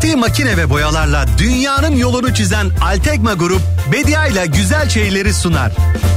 ürettiği makine ve boyalarla dünyanın yolunu çizen Altekma Grup, Bedia ile güzel şeyleri sunar.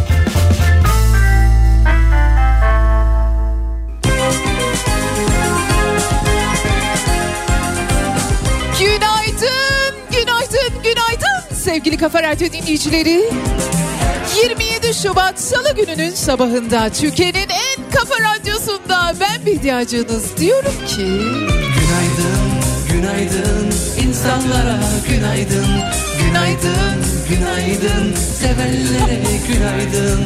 Günaydın sevgili Kafa Radyo dinleyicileri. 27 Şubat Salı gününün sabahında Türkiye'nin en kafa radyosunda ben Bediacınız diyorum ki günaydın, günaydın insanlara günaydın, günaydın, günaydın sevenlere günaydın.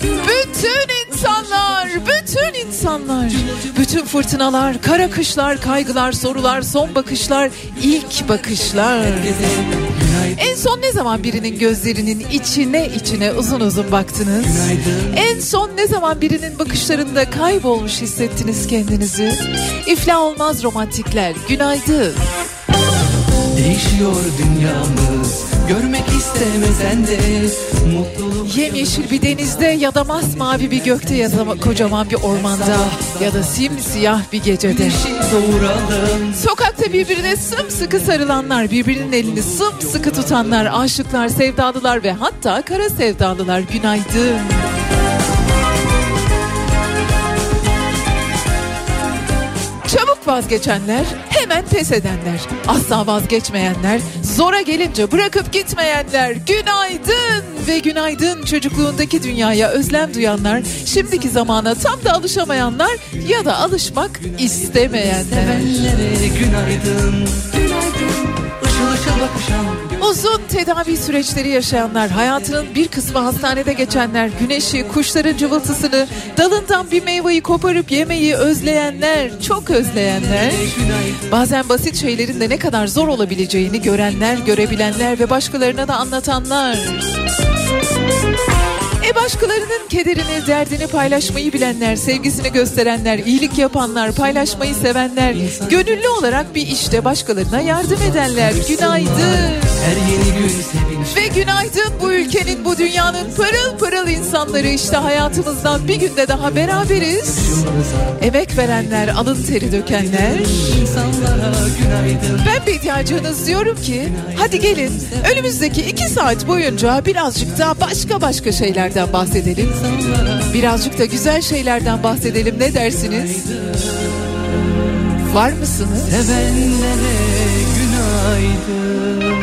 Bütün insanlar, bütün fırtınalar, kara kışlar, kaygılar, sorular, son bakışlar, ilk bakışlar. En son ne zaman birinin gözlerinin içine uzun uzun baktınız? En son ne zaman birinin bakışlarında kaybolmuş hissettiniz kendinizi? İflah olmaz romantikler, günaydın. Değişiyor dünyamız, görmek istemesen de mutluluk. Yemyeşil bir denizde ya da masmavi bir gökte ya da kocaman bir ormanda ya da simsiyah bir gecede. Sokakta birbirine sımsıkı sarılanlar, birbirinin elini sımsıkı tutanlar, aşıklar, sevdalılar ve hatta kara sevdalılar, günaydın. Çabuk vazgeçenler, hemen pes edenler, asla vazgeçmeyenler, zora gelince bırakıp gitmeyenler, günaydın ve günaydın çocukluğundaki dünyaya özlem duyanlar, şimdiki zamana tam da alışamayanlar ya da alışmak istemeyenler. Sevenlere günaydın, günaydın, ışıl ışıl bakışan. Uzun tedavi süreçleri yaşayanlar, hayatının bir kısmı hastanede geçenler, güneşi, kuşların cıvıltısını, dalından bir meyveyi koparıp yemeyi özleyenler, çok özleyenler, bazen basit şeylerin de ne kadar zor olabileceğini görenler, görebilenler ve başkalarına da anlatanlar. Başkalarının kederini, derdini paylaşmayı bilenler, sevgisini gösterenler, iyilik yapanlar, paylaşmayı sevenler, gönüllü olarak bir işte başkalarına yardım edenler, günaydın. Her yeni gün sevinç. Ve günaydın bu ülkenin, bu dünyanın pırıl pırıl insanları, işte hayatımızdan bir günde daha beraberiz. Emek verenler, alın teri dökenler. Ben Bediacınız diyorum ki hadi gelin önümüzdeki 2 saat boyunca birazcık daha başka şeylerden bahsedelim. Birazcık da güzel şeylerden bahsedelim, ne dersiniz? Var mısınız? Sevenlere günaydın.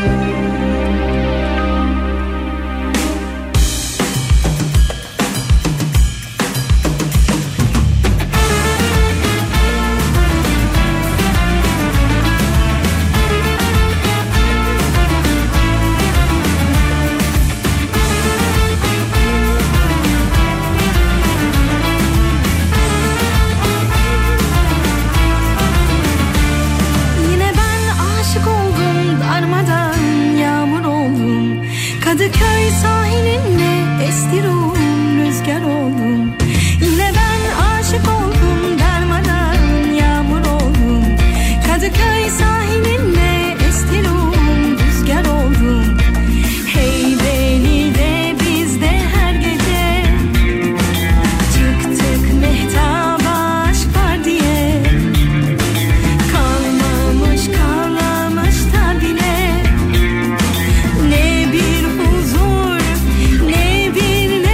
Kadıköy sahilinde estirum rüzgar oldum. Yine ben aşık oldum, darmadan yağmur oldum. Kadıköy sahilinde estirum rüzgar oldum. Hey beni de biz de her gece çıktık mehtaba aşk var diye. Kalmamış da bile ne bir huzur ne bir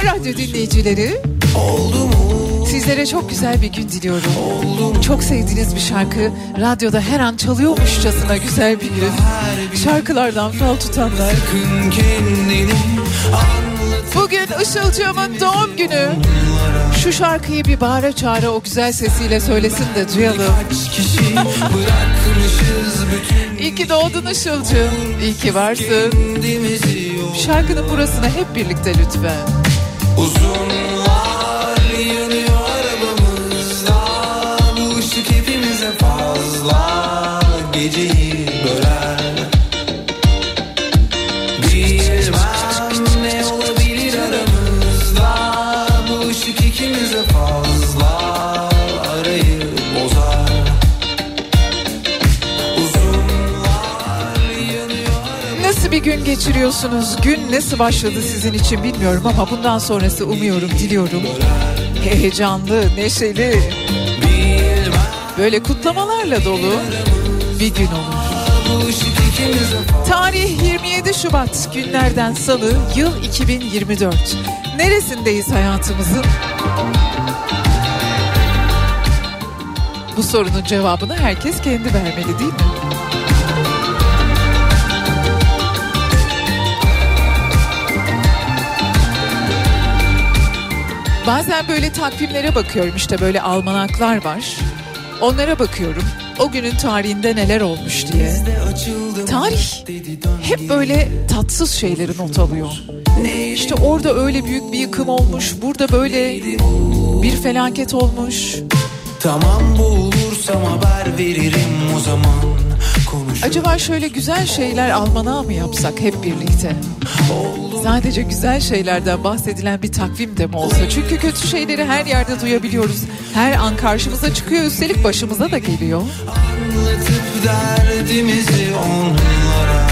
Kafa Radyo dinleyicileri, sizlere çok güzel bir gün diliyorum. Çok sevdiğiniz bir şarkı radyoda her an çalıyormuşçasına güzel bir gün. Şarkılardan fal tutanlar. Bugün Işılcığımın doğum günü. Şu şarkıyı bir bağıra çağıra o güzel sesiyle söylesin de duyalım. İyi ki doğdun Işılcığım. İyi ki varsın. Şarkının burasına hep birlikte lütfen. Uzunlar yanıyor arabamızda, bu ışık hepimize fazla geceyi böler. Bilmem ne olabilir aramızda, bu ışık ikimize fazla arayı bozar. Nasıl bir gün geçiriyorsunuz? Gün nasıl başladı sizin için bilmiyorum ama bundan sonrası umuyorum, diliyorum heyecanlı, neşeli, böyle kutlamalarla dolu bir gün olur. Tarih 27 Şubat, günlerden salı, yıl 2024. Neresindeyiz hayatımızın? Bu sorunun cevabını herkes kendi vermeli, değil mi? Bazen böyle takvimlere bakıyorum, işte böyle almanaklar var. Onlara bakıyorum. O günün tarihinde neler olmuş diye. Tarih hep böyle tatsız şeyleri not alıyor. İşte orada öyle büyük bir yıkım olmuş, burada böyle bir felaket olmuş. Tamam, bulursam haber veririm o zaman. Acaba şöyle güzel şeyler almanağı mı yapsak hep birlikte? Sadece güzel şeylerden bahsedilen bir takvim de mi olsa? Çünkü kötü şeyleri her yerde duyabiliyoruz. Her an karşımıza çıkıyor, üstelik başımıza da geliyor. Anlatıp derdimizi onlara,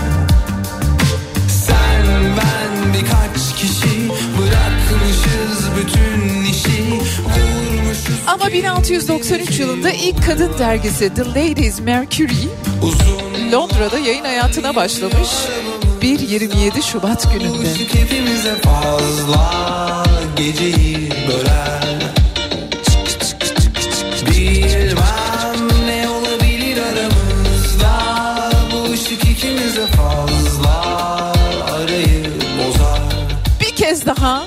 sen ben birkaç kişi bırakmışız bütün işi, vurmuşuz. Ama 1693 yılında ilk kadın dergisi The Ladies Mercury Londra'da yayın hayatına başlamış. Bir 27 Şubat gününde. Hepimize fazla geceyi böler. Bilmem ne olabilir aramızda, bu ışık ikimize fazla arayı bozar. Bir kez daha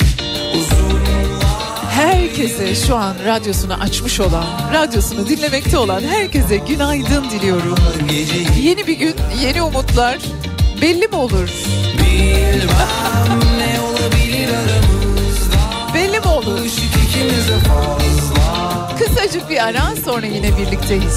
herkese, şu an radyosunu açmış olan, radyosunu dinlemekte olan herkese günaydın diliyorum. Yeni bir gün, yeni umutlar. Belli mi olur? Bilmem ne olabilir aramızda, belli mi olur? ışık ikimize fazla. Kısacık bir ara, sonra yine birlikteyiz.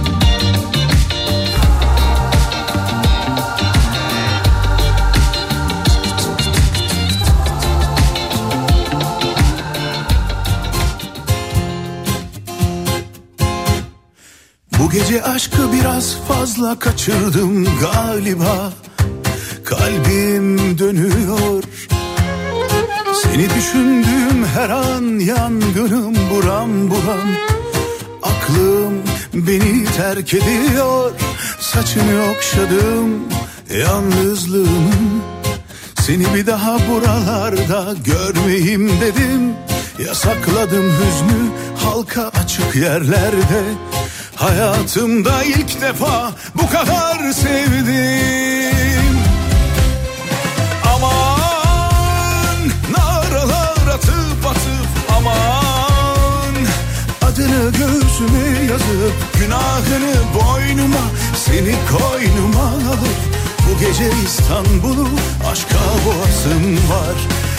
Bu gece aşkı biraz fazla kaçırdım galiba. Kalbim dönüyor. Seni düşündüğüm her an yangınım buram buram. Aklım beni terk ediyor. Saçını okşadım yalnızlığımın. Seni bir daha buralarda görmeyeyim dedim. Yasakladım hüznü halka açık yerlerde. Hayatımda ilk defa bu kadar sevdim. Aman naralar atıp atıp, aman adını göğsüme yazıp, günahını boynuma, seni koynuma alıp, bu gece İstanbul'u aşka boğasım var.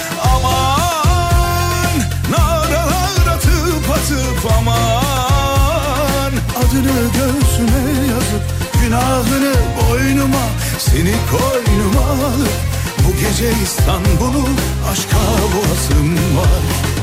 Aman naralar atıp atıp, aman adını göğsüme yazıp, günahını boynuma, seni koynuma alıp, bu gece İstanbul'u aşka boğasım var.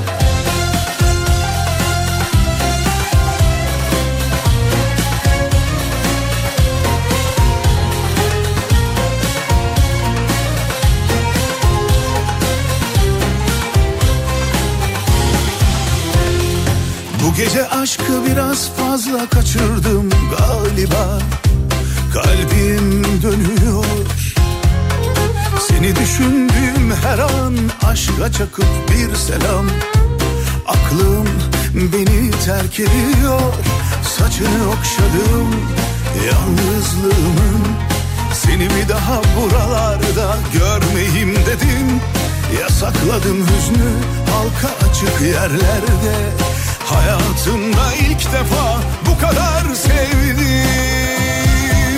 Bu gece aşkı biraz fazla kaçırdım galiba. Kalbim dönüyor. Seni düşündüğüm her an aşka çakıp bir selam. Aklım beni terk ediyor, saçını okşadım yalnızlığımın. Seni bir daha buralarda görmeyeyim dedim. Yasakladım hüznü halka açık yerlerde. Hayatımda ilk defa bu kadar sevdim.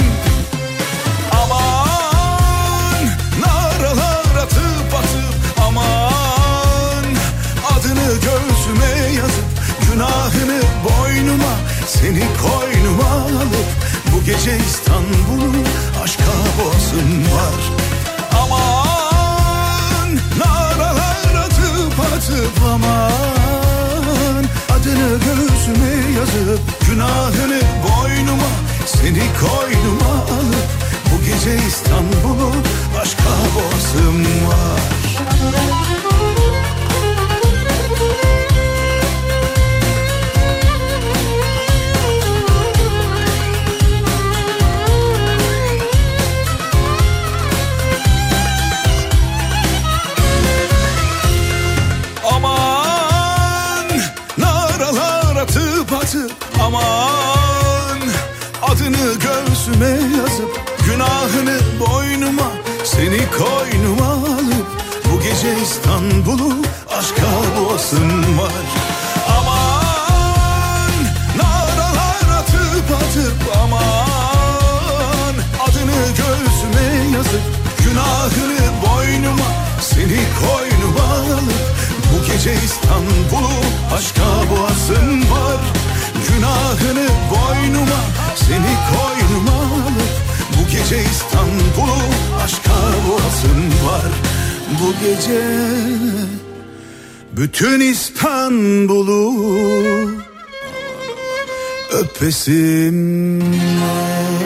Aman naralar atıp aman adını göğsüme yazıp günahını boynuma, seni koynuma alıp bu gece İstanbul'u aşka boğazım var. Aman naralar atıp aman adını göğsüme yazıp günahını boynuma, seni koynuma alıp bu gece İstanbul'u aşka boğazım var. Aman adını göğsüme yazıp günahını boynuma, seni koynuma alıp bu gece İstanbul'u aşka boğazım var. Aman naralar atıp aman adını göğsüme yazıp günahını boynuma, seni koynuma alıp bu gece İstanbul'u aşka boğazım var. Günahını boynuma, seni koynuma alıp bu gece İstanbul'u aşka boğazım var. Bu gece bütün İstanbul'u öpesim var.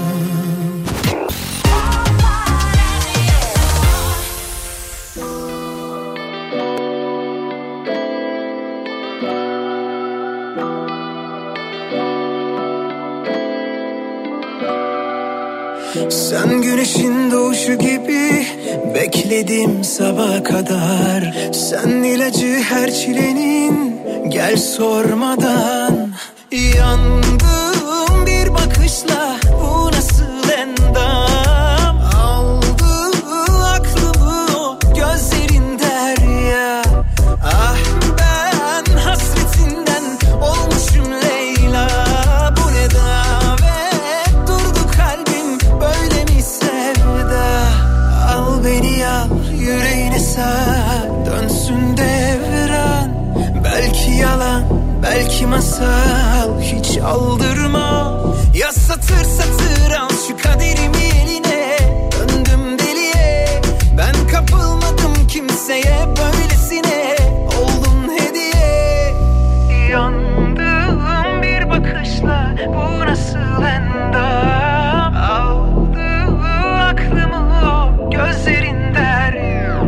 Sen güneşin doğuşu gibi bekledim sabaha kadar. Sen ilacı her çilenin, gel sormadan. Yandım bir bakışla, bu nasıl endam. Aldı aklımı o gözlerin derya. Ah ben hasretinden olmuşum Leyla. Bu ne davet, durdu kalbim böyle mi sevda. Al beni al yüreğine sar, dönsün devran. Belki yalan, belki masal, hiç aldırma. Ya satır satır al şu kaderimi eline. Döndüm deliye, ben kapılmadım kimseye, böylesine oldun hediye. Yandım bir bakışla, bu nasıl endam. Aldı aklımı o gözlerin derya.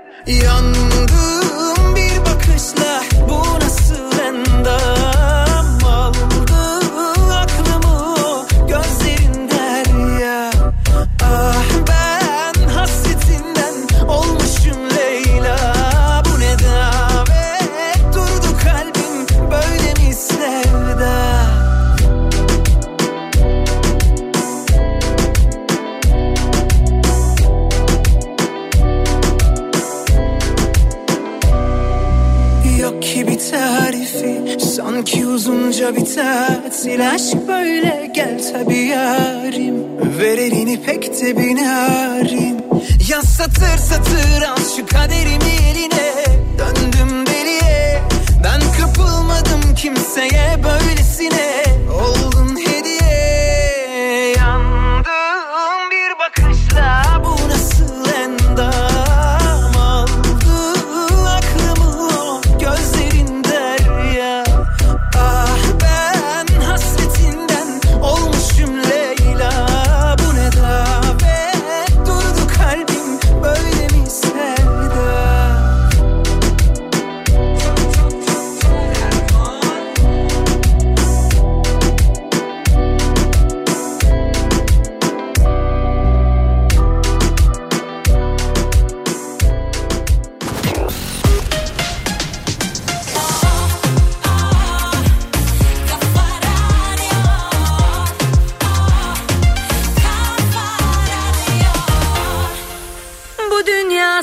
Yandım bir bakışla, bu nasıl endam. Aldı aklımı o gözlerin derya. Ah ben hasretinden olmuşum Leyla. Bu ne davet, durdu kalbim böyle mi sevda. Yok ki bir tarifi, sanki uzunca bir tatil. Aşk böyle, gel tabi yarim. Ver elini pek de bir narin. Ya satır satır al şu kaderimi eline. Döndüm deliye, ben kapılmadım kimseye, böylesine oldun hediye. Yandım bir bakışla, bu nasıl endam. Aldı aklımı o gözlerin derya. Ah ben hasretinden olmuşum Leyla. Bu ne davet, durdu kalbim böyle mi sevda.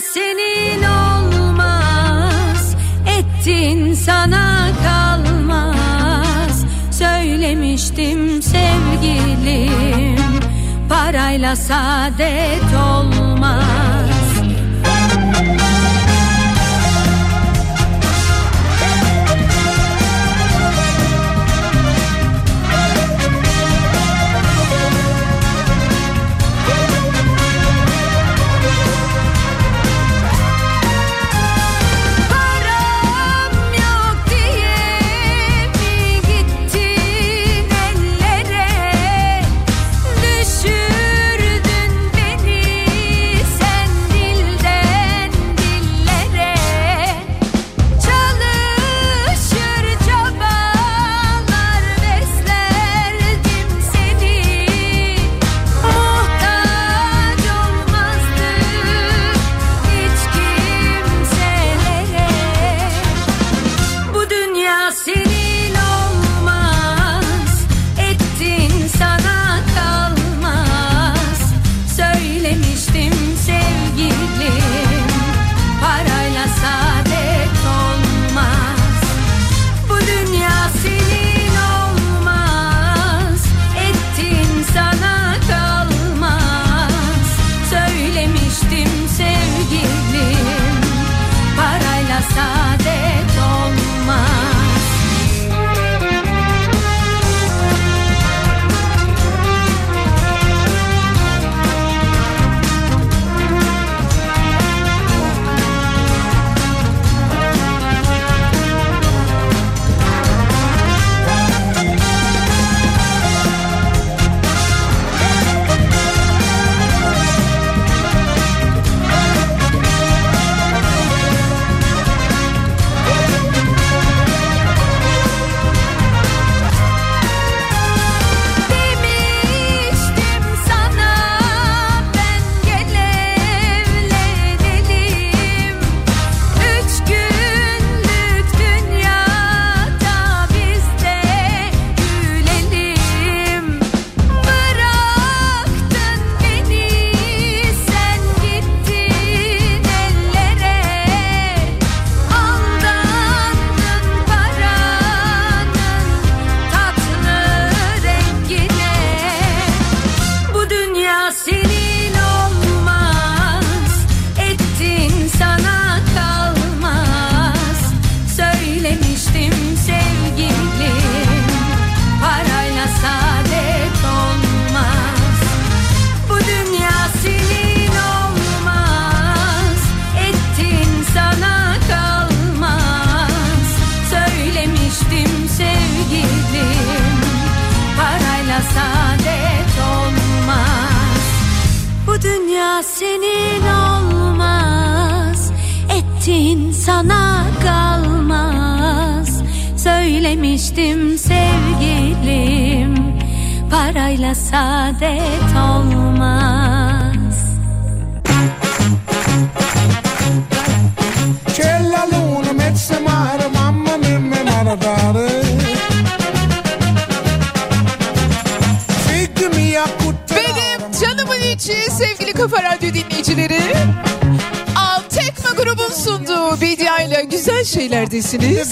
senin olmaz, ettin sana kalmaz. Söylemiştim sevgilim, parayla saadet olmaz. Senin olmaz, ettin sana kalmaz. Söylemiştim sevgilim, parayla saadet olmaz. Sevgili Kafa Radyo dinleyicileri, Altekma grubun sunduğu Bedia ile Güzel Şeyler'desiniz.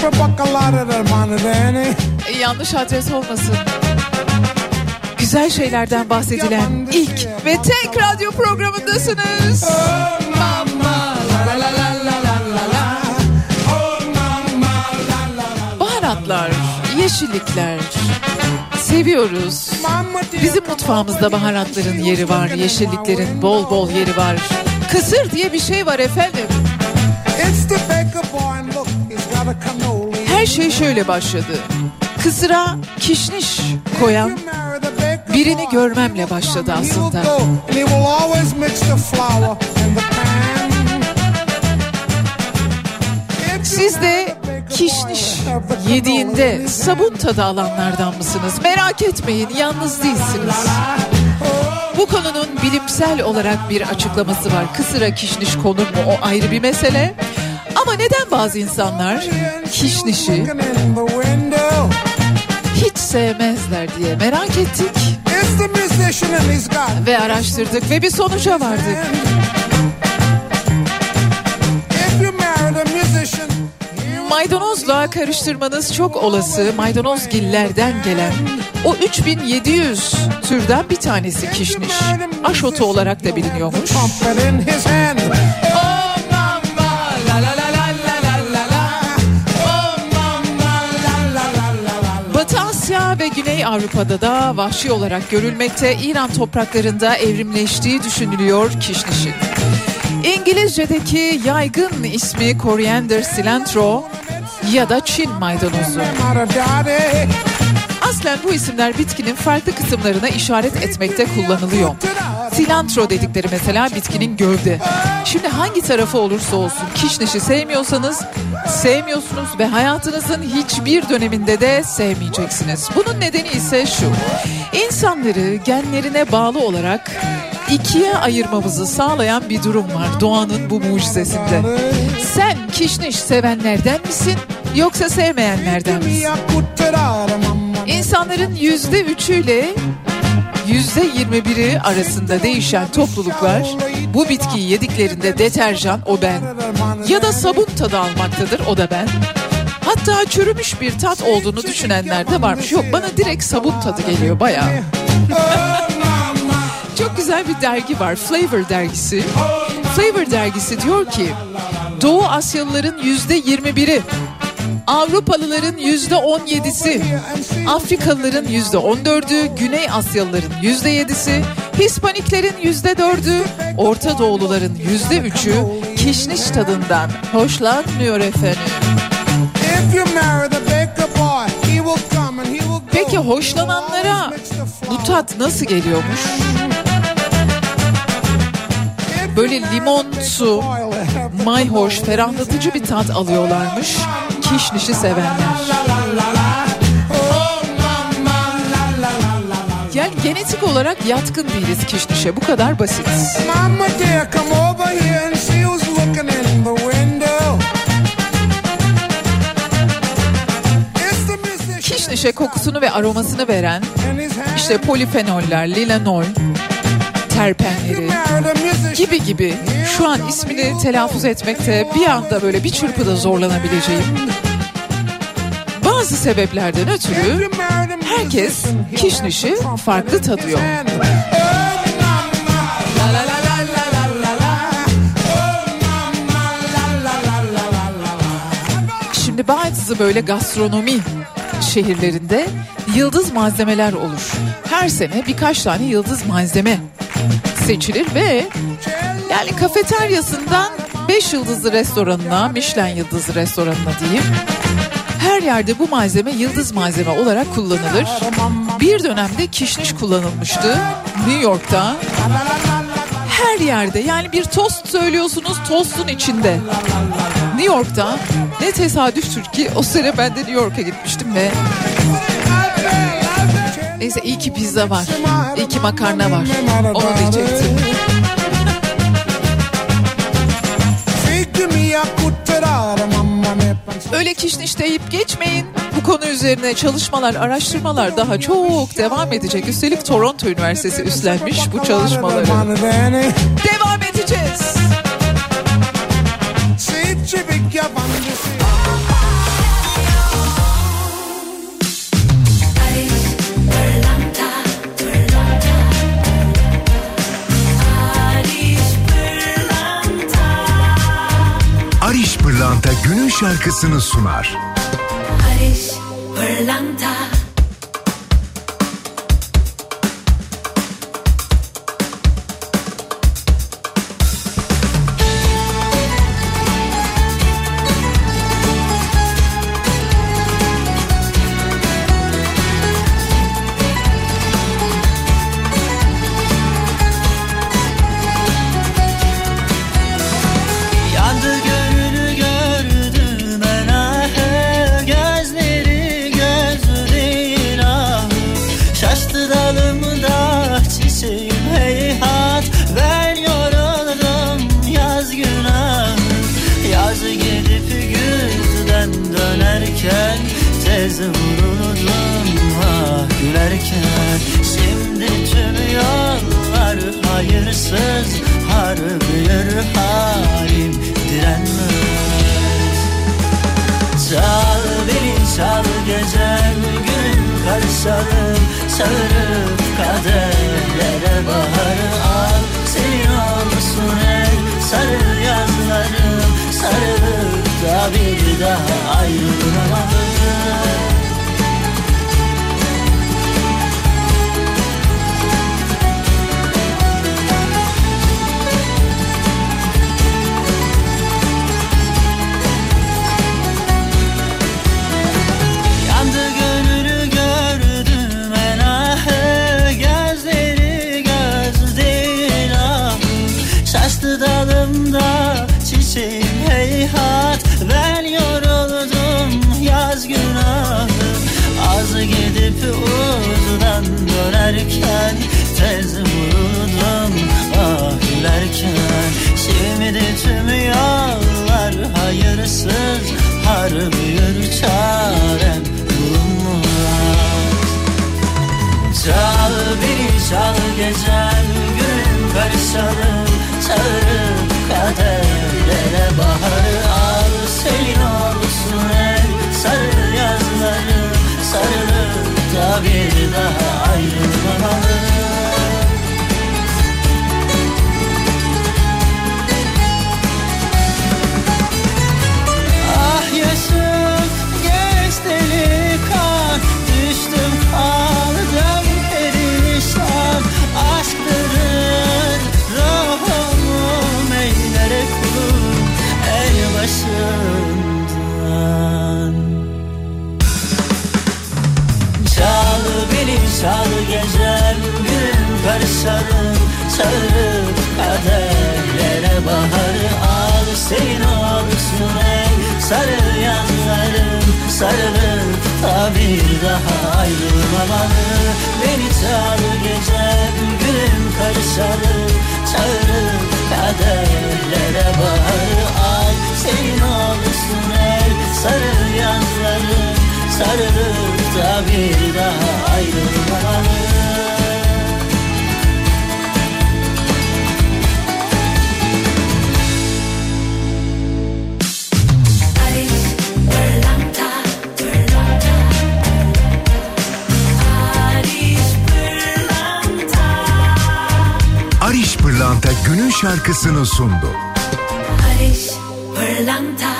Yanlış adres olmasın. Güzel şeylerden bahsedilen ilk ve tek radyo programındasınız. Baharatlar, yeşillikler seviyoruz. Bizim mutfağımızda baharatların yeri var, yeşilliklerin bol bol yeri var. Kısır diye bir şey var efendim. Her şey şöyle başladı. Kısıra kişniş koyan birini görmemle başladı aslında. Siz de kişniş yediğinde sabun tadı alanlardan mısınız? Merak etmeyin, yalnız değilsiniz. Bu konunun bilimsel olarak bir açıklaması var. Kısıra kişniş konur mu, o ayrı bir mesele. Ama neden bazı insanlar kişnişi hiç sevmezler diye merak ettik ve araştırdık ve bir sonuca vardık. Maydanozla karıştırmanız çok olası maydanozgillerden gelen o 3700 türden bir tanesi kişniş. Aşotu olarak da biliniyormuş. Batı Asya ve Güney Avrupa'da da vahşi olarak görülmekte, İran topraklarında evrimleştiği düşünülüyor kişnişin. İngilizce'deki yaygın ismi Coriander cilantro ya da Çin maydanozu. Aslen bu isimler bitkinin farklı kısımlarına işaret etmekte kullanılıyor. Cilantro dedikleri mesela bitkinin gövde. Şimdi hangi tarafı olursa olsun kişnişi sevmiyorsanız sevmiyorsunuz ve hayatınızın hiçbir döneminde de sevmeyeceksiniz. Bunun nedeni ise şu: İnsanları genlerine bağlı olarak ikiye ayırmamızı sağlayan bir durum var doğanın bu mucizesinde. Sen kişniş sevenlerden misin yoksa sevmeyenlerden misin? İnsanların %3'ü ile %21'i arasında değişen topluluklar bu bitkiyi yediklerinde deterjan, o ben, ya da sabun tadı almaktadır, o da ben. Hatta çürümüş bir tat olduğunu düşünenler de varmış. Yok, bana direkt sabun tadı geliyor bayağı. Çok güzel bir dergi var, Flavor dergisi. Flavor dergisi diyor ki Doğu Asyalıların %21'i, Avrupalıların %17'si, Afrikalıların %14'ü, Güney Asyalıların %7'si, Hispaniklerin %4'ü, Orta Doğuluların %3'ü kişniş tadından hoşlanmıyor efendim. Peki hoşlananlara bu tat nasıl geliyormuş? Böyle limonsu, mayhoş, ferahlatıcı bir tat alıyorlarmış kişnişi sevenler. Yani genetik olarak yatkın değiliz kişnişe, bu kadar basit. Kişnişe kokusunu ve aromasını veren işte polifenoller, lilanol, terpenleri gibi şu an ismini telaffuz etmekte bir anda böyle bir çırpıda zorlanabileceğim bazı sebeplerden ötürü herkes kişnişi farklı tadıyor. Şimdi bazı böyle gastronomi şehirlerinde yıldız malzemeler olur. Her sene birkaç tane yıldız malzeme seçilir ve yani kafeteryasından 5 yıldızlı restoranına, Michelin yıldızlı restoranına diyeyim, her yerde bu malzeme yıldız malzeme olarak kullanılır. Bir dönemde kişniş kullanılmıştı New York'ta. Her yerde, yani bir tost söylüyorsunuz, tostun içinde. New York'ta, ne tesadüftür ki o sene ben de New York'a gitmiştim ve neyse, iyi ki pizza var, iyi ki makarna var, onu diyecektim. Öyle kişniş deyip geçmeyin. Bu konu üzerine çalışmalar, araştırmalar daha çok devam edecek. Üstelik Toronto Üniversitesi üstlenmiş bu çalışmaları. Devam edeceğiz. Ariş Pırlanta günün şarkısını sunar. Ariş Pırlanta. Şimdi tüm yollar hayırsız, harbilir halim direnmez. Çal beni çal gecem günüm karışalım çağırıp kaderlere baharı al. Senin olsun el sarı yazlarım sarılıp da bir daha ayrılamadım. Dalımda çiçeğim heyhat ben yoruldum yaz günahı. Az gidip uzdan dönerken tez vuruldum ah gülerken. Şimdi tüm yollar hayırsız harbi çarem bulunmaz. Çal beni çal gecem günüm karışalım çağırıp kaderlere baharı al. Senin olsun el sarı yazlarım sarılıp da bir daha ayrılmamalı. Ah yaşım geçti kan düştüm kaldım perişan. Aşkların ruhumu meylere kulum el başından. Çal beni çal gecem gün karışalım çağırıp kaderlere baharı al. Senin olsun el sarı yanlarım sarılıp da bir daha ayrılmamalı. Beni çal gecem gün karışalım çağırıp kaderlere baharı al. Senin olsun el sarı yanlarım sarılıp da bir daha ayrılmamalı. Ariş Pırlanta günün şarkısını sundu. Ariş Pırlanta.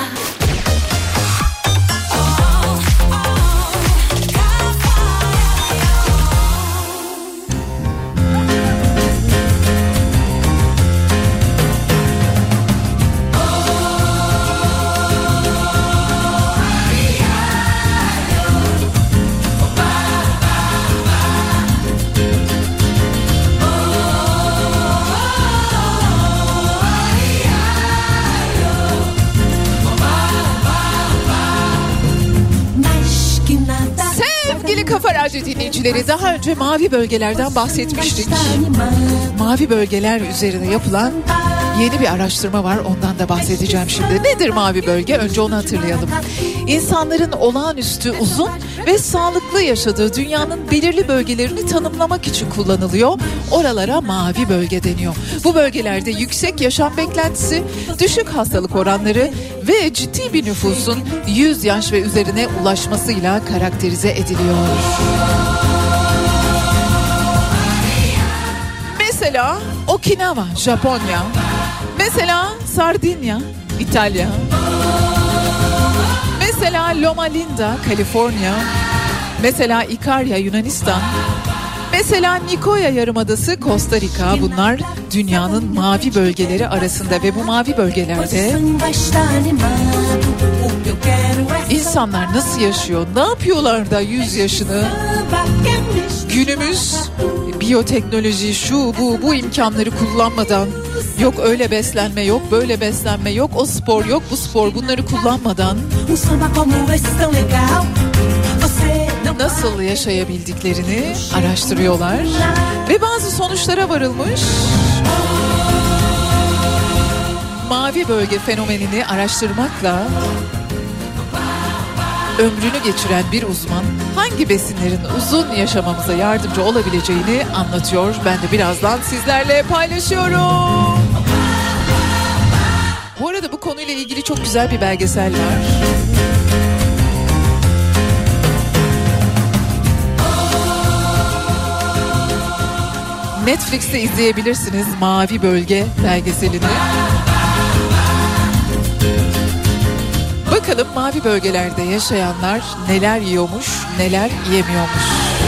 Kafa Radyo dinleyicileri, daha önce mavi bölgelerden bahsetmiştik. Mavi bölgeler üzerine yapılan yeni bir araştırma var, ondan da bahsedeceğim şimdi. Nedir mavi bölge? Önce onu hatırlayalım. İnsanların olağanüstü uzun ve sağlıklı yaşadığı dünyanın belirli bölgelerini tanımlamak için kullanılıyor. Oralara mavi bölge deniyor. Bu bölgelerde yüksek yaşam beklentisi, düşük hastalık oranları ve ciddi bir nüfusun 100 yaş ve üzerine ulaşmasıyla karakterize ediliyor. Mesela Okinawa, Japonya. Mesela Sardinya, İtalya. Mesela Loma Linda, Kaliforniya. Mesela Icaria, Yunanistan. Mesela Nicoya Yarımadası, Costa Rica. Bunlar dünyanın mavi bölgeleri arasında ve bu mavi bölgelerde insanlar nasıl yaşıyor, ne yapıyorlar da 100 yaşını? Günümüz biyoteknoloji, şu bu imkanları kullanmadan, yok öyle beslenme, yok böyle beslenme, yok o spor, yok bu spor, bunları kullanmadan nasıl yaşayabildiklerini araştırıyorlar ve bazı sonuçlara varılmış. Mavi bölge fenomenini araştırmakla ömrünü geçiren bir uzman hangi besinlerin uzun yaşamamıza yardımcı olabileceğini anlatıyor. Ben de birazdan sizlerle paylaşıyorum. Bu arada bu konuyla ilgili çok güzel bir belgesel var. Netflix'te izleyebilirsiniz Mavi Bölge belgeselini. Bakalım mavi bölgelerde yaşayanlar neler yiyormuş, neler yemiyormuş.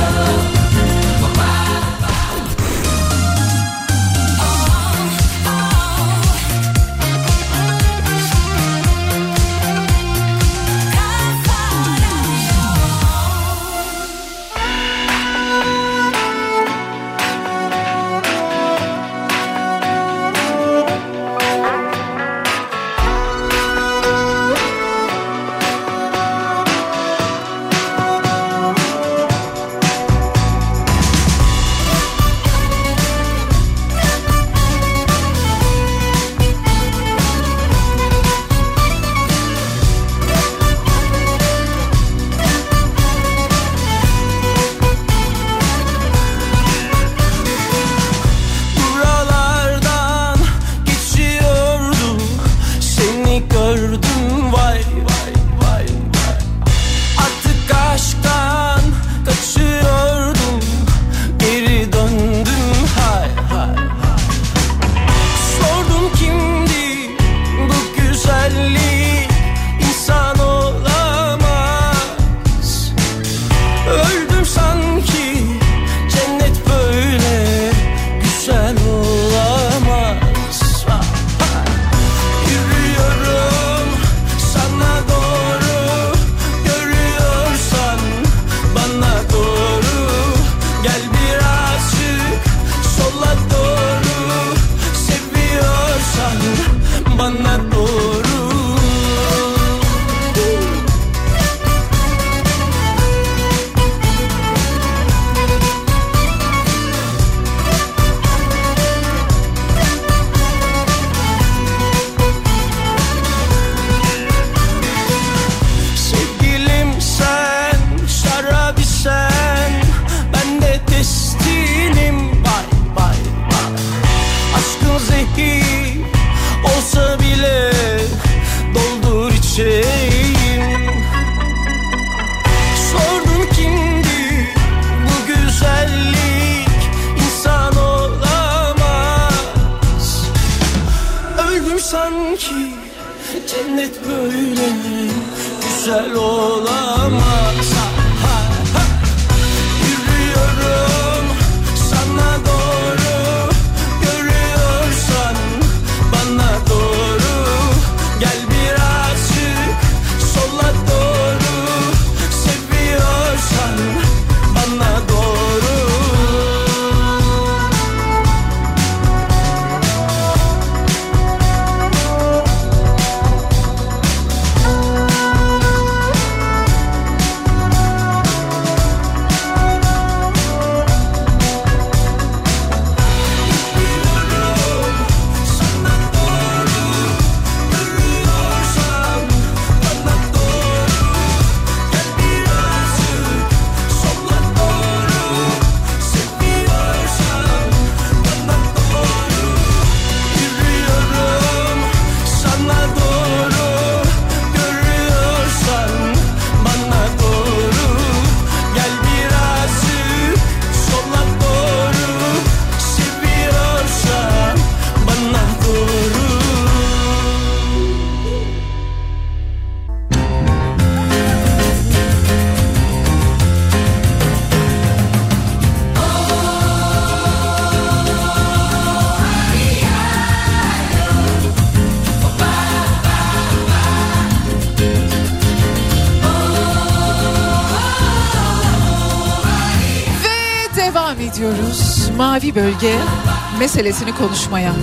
Mavi bölge meselesini konuşmaya.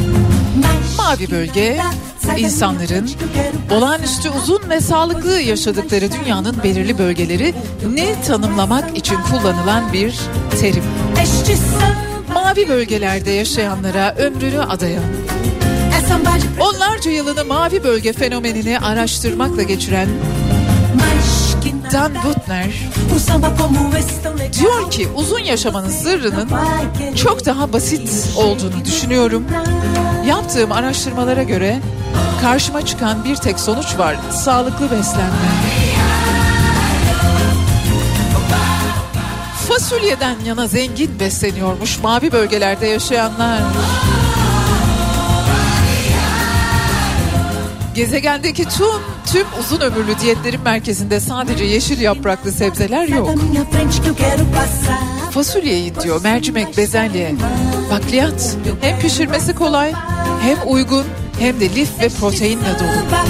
Mavi bölge insanların olağanüstü uzun ve sağlıklı yaşadıkları dünyanın belirli bölgeleri ne tanımlamak için kullanılan bir terim. Mavi bölgelerde yaşayanlara ömrünü adayan, onlarca yılını mavi bölge fenomenini araştırmakla geçiren Dan Buettner diyor ki uzun yaşamanın sırrının çok daha basit olduğunu düşünüyorum. Yaptığım araştırmalara göre karşıma çıkan bir tek sonuç var: sağlıklı beslenme. Fasulyeden yana zengin besleniyormuş mavi bölgelerde yaşayanlar. Gezegendeki tüm uzun ömürlü diyetlerin merkezinde sadece yeşil yapraklı sebzeler yok. Fasulye yiyin diyor, mercimek, bezelye, bakliyat. Hem pişirmesi kolay, hem uygun, hem de lif ve proteinle dolu.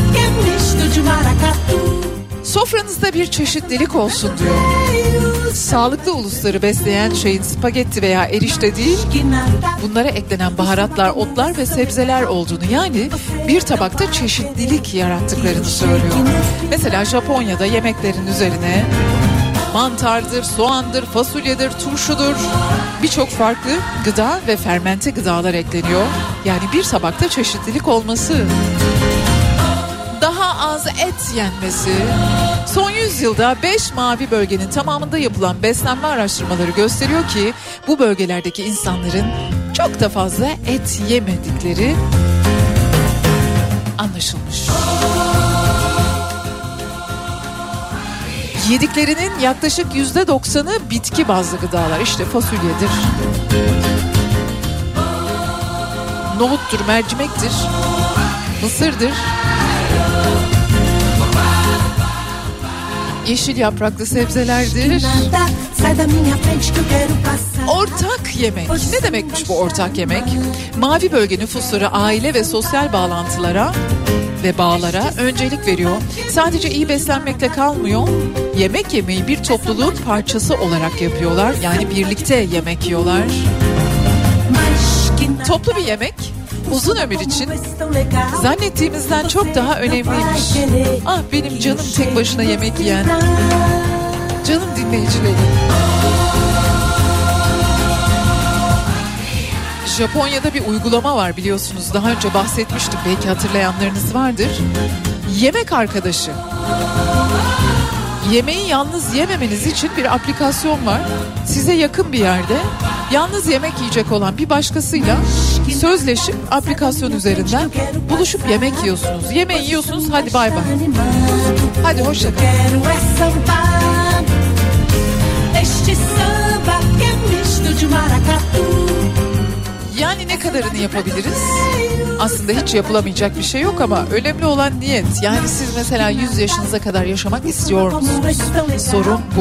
Sofranızda bir çeşitlilik olsun diyor. Sağlıklı ulusları besleyen şeyin spagetti veya erişte değil, bunlara eklenen baharatlar, otlar ve sebzeler olduğunu, yani bir tabakta çeşitlilik yarattıklarını söylüyor. Mesela Japonya'da yemeklerin üzerine mantardır, soğandır, fasulyedir, turşudur, birçok farklı gıda ve fermente gıdalar ekleniyor. Yani bir tabakta çeşitlilik olması. Daha az et yenmesi. Son 100 yılda 5 mavi bölgenin tamamında yapılan beslenme araştırmaları gösteriyor ki bu bölgelerdeki insanların çok da fazla et yemedikleri anlaşılmış. Yediklerinin yaklaşık %90'ı bitki bazlı gıdalar. İşte fasulyedir, nohuttur, mercimektir, mısırdır, yeşil yapraklı sebzelerdir. Ortak yemek. Ne demekmiş bu ortak yemek? Mavi bölge nüfusları aile ve sosyal bağlantılara ve bağlara öncelik veriyor. Sadece iyi beslenmekle kalmıyor. Yemek yemeyi bir topluluğun parçası olarak yapıyorlar. Yani birlikte yemek yiyorlar. Toplu bir yemek uzun ömür için zannettiğimizden çok daha önemliymiş. Ah benim canım tek başına yemek yiyen canım dinleyicilerim. Japonya'da bir uygulama var, biliyorsunuz. Daha önce bahsetmiştim, belki hatırlayanlarınız vardır. Yemek arkadaşı. Yemeği yalnız yememeniz için bir aplikasyon var. Size yakın bir yerde yalnız yemek yiyecek olan bir başkasıyla sözleşip aplikasyon üzerinden buluşup yemek yiyorsunuz. Yemeği yiyorsunuz, hadi bay bay. Hadi hoşça kalın. Yani ne kadarını yapabiliriz? Aslında hiç yapılamayacak bir şey yok ama önemli olan niyet. Yani siz mesela 100 yaşınıza kadar yaşamak istiyor musunuz? Sorun bu.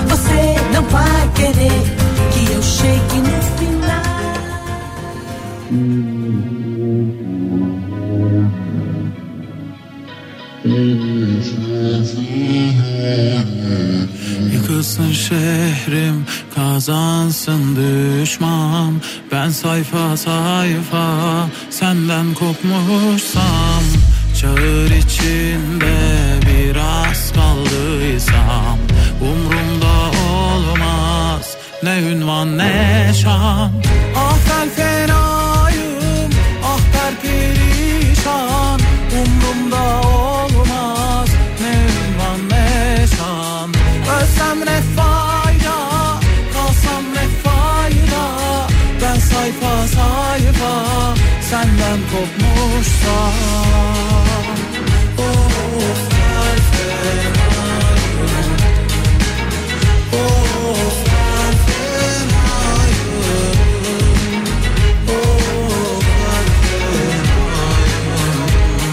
Yıkılsın şehrim, kazansın düşman. Ben sayfa sayfa senden kopmuşsam, çağır içinde biraz kaldıysam, umrumda olmaz ne ünvan ne şan. Ah ben fenayım, ah ben perişan, umrumda olmaz ne ünvan ne şan. Ölsem ne fayda, kalsam ne fayda, ben sayfa sayfa senden kopmuşsam. Of her fenayım, of her fenayım, of her fenayım,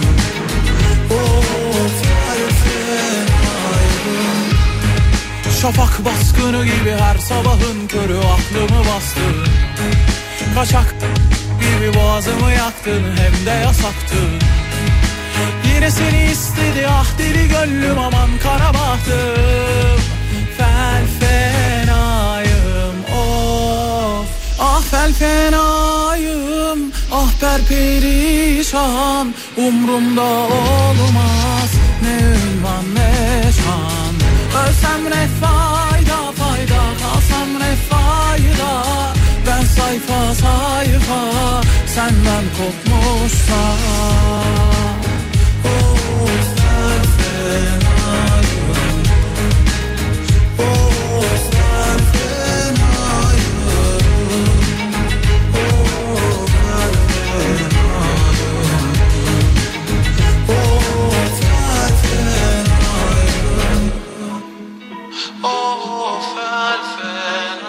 of her fenayım. Şafak baskını gibi her sabahın körü aklımı bastı. Kaçak gibi boğazımı yaktın, hem de yasaktı. Yine seni istedi ah deli gönlüm, aman kara bahtım. Fel fenayım of, ah fel fenayım, ah per perişan, umrumda olmaz ne ünvan ne şan. Ölsem ne fayda fayda, kalsam ne fayda, ben sayfa sayfa senden kopmuşsam. Of her fenayım, of her fenayım, of her fenayım, of her fenayım, of her fenayım.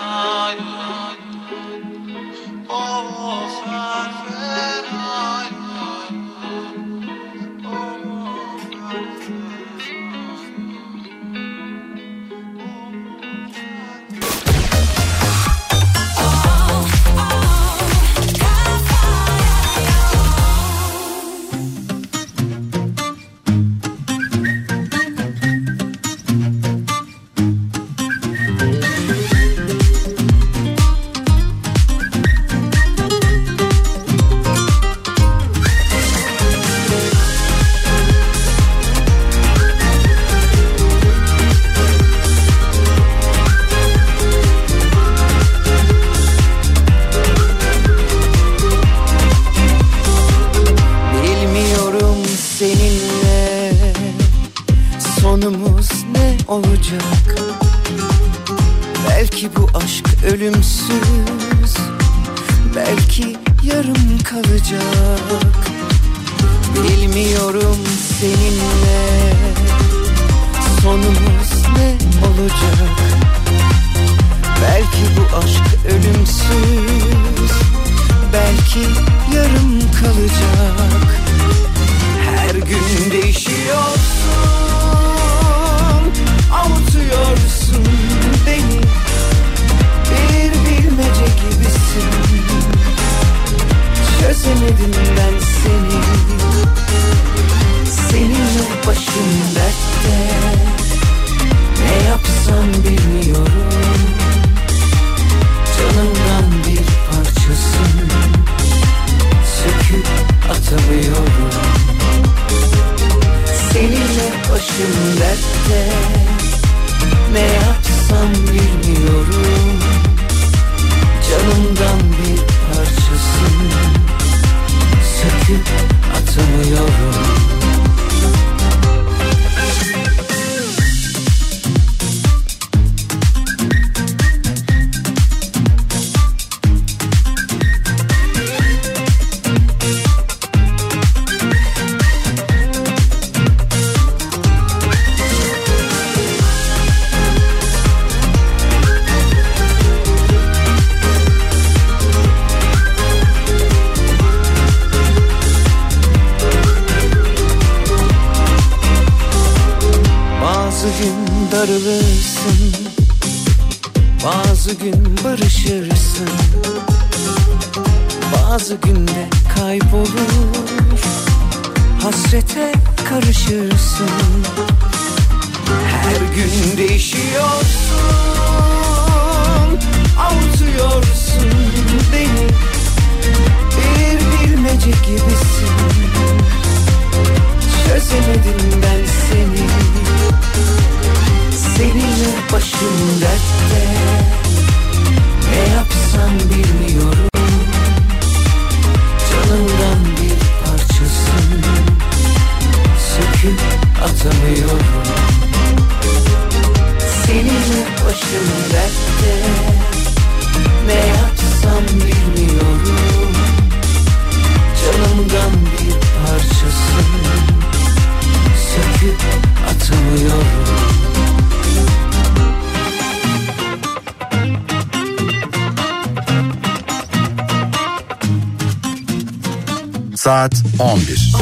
Saat 11.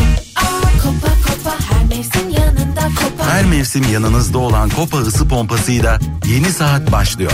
Her mevsim yanınızda olan Kopa ısı pompasıyla yeni saat başlıyor.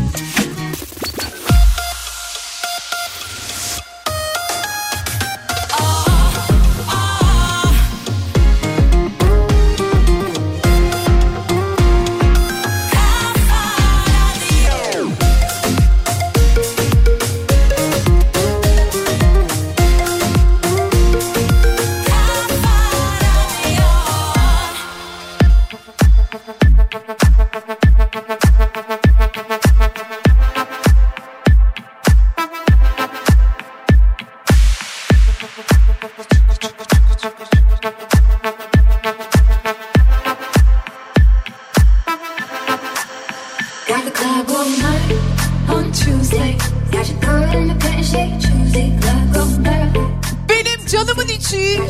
Benim canımın içi.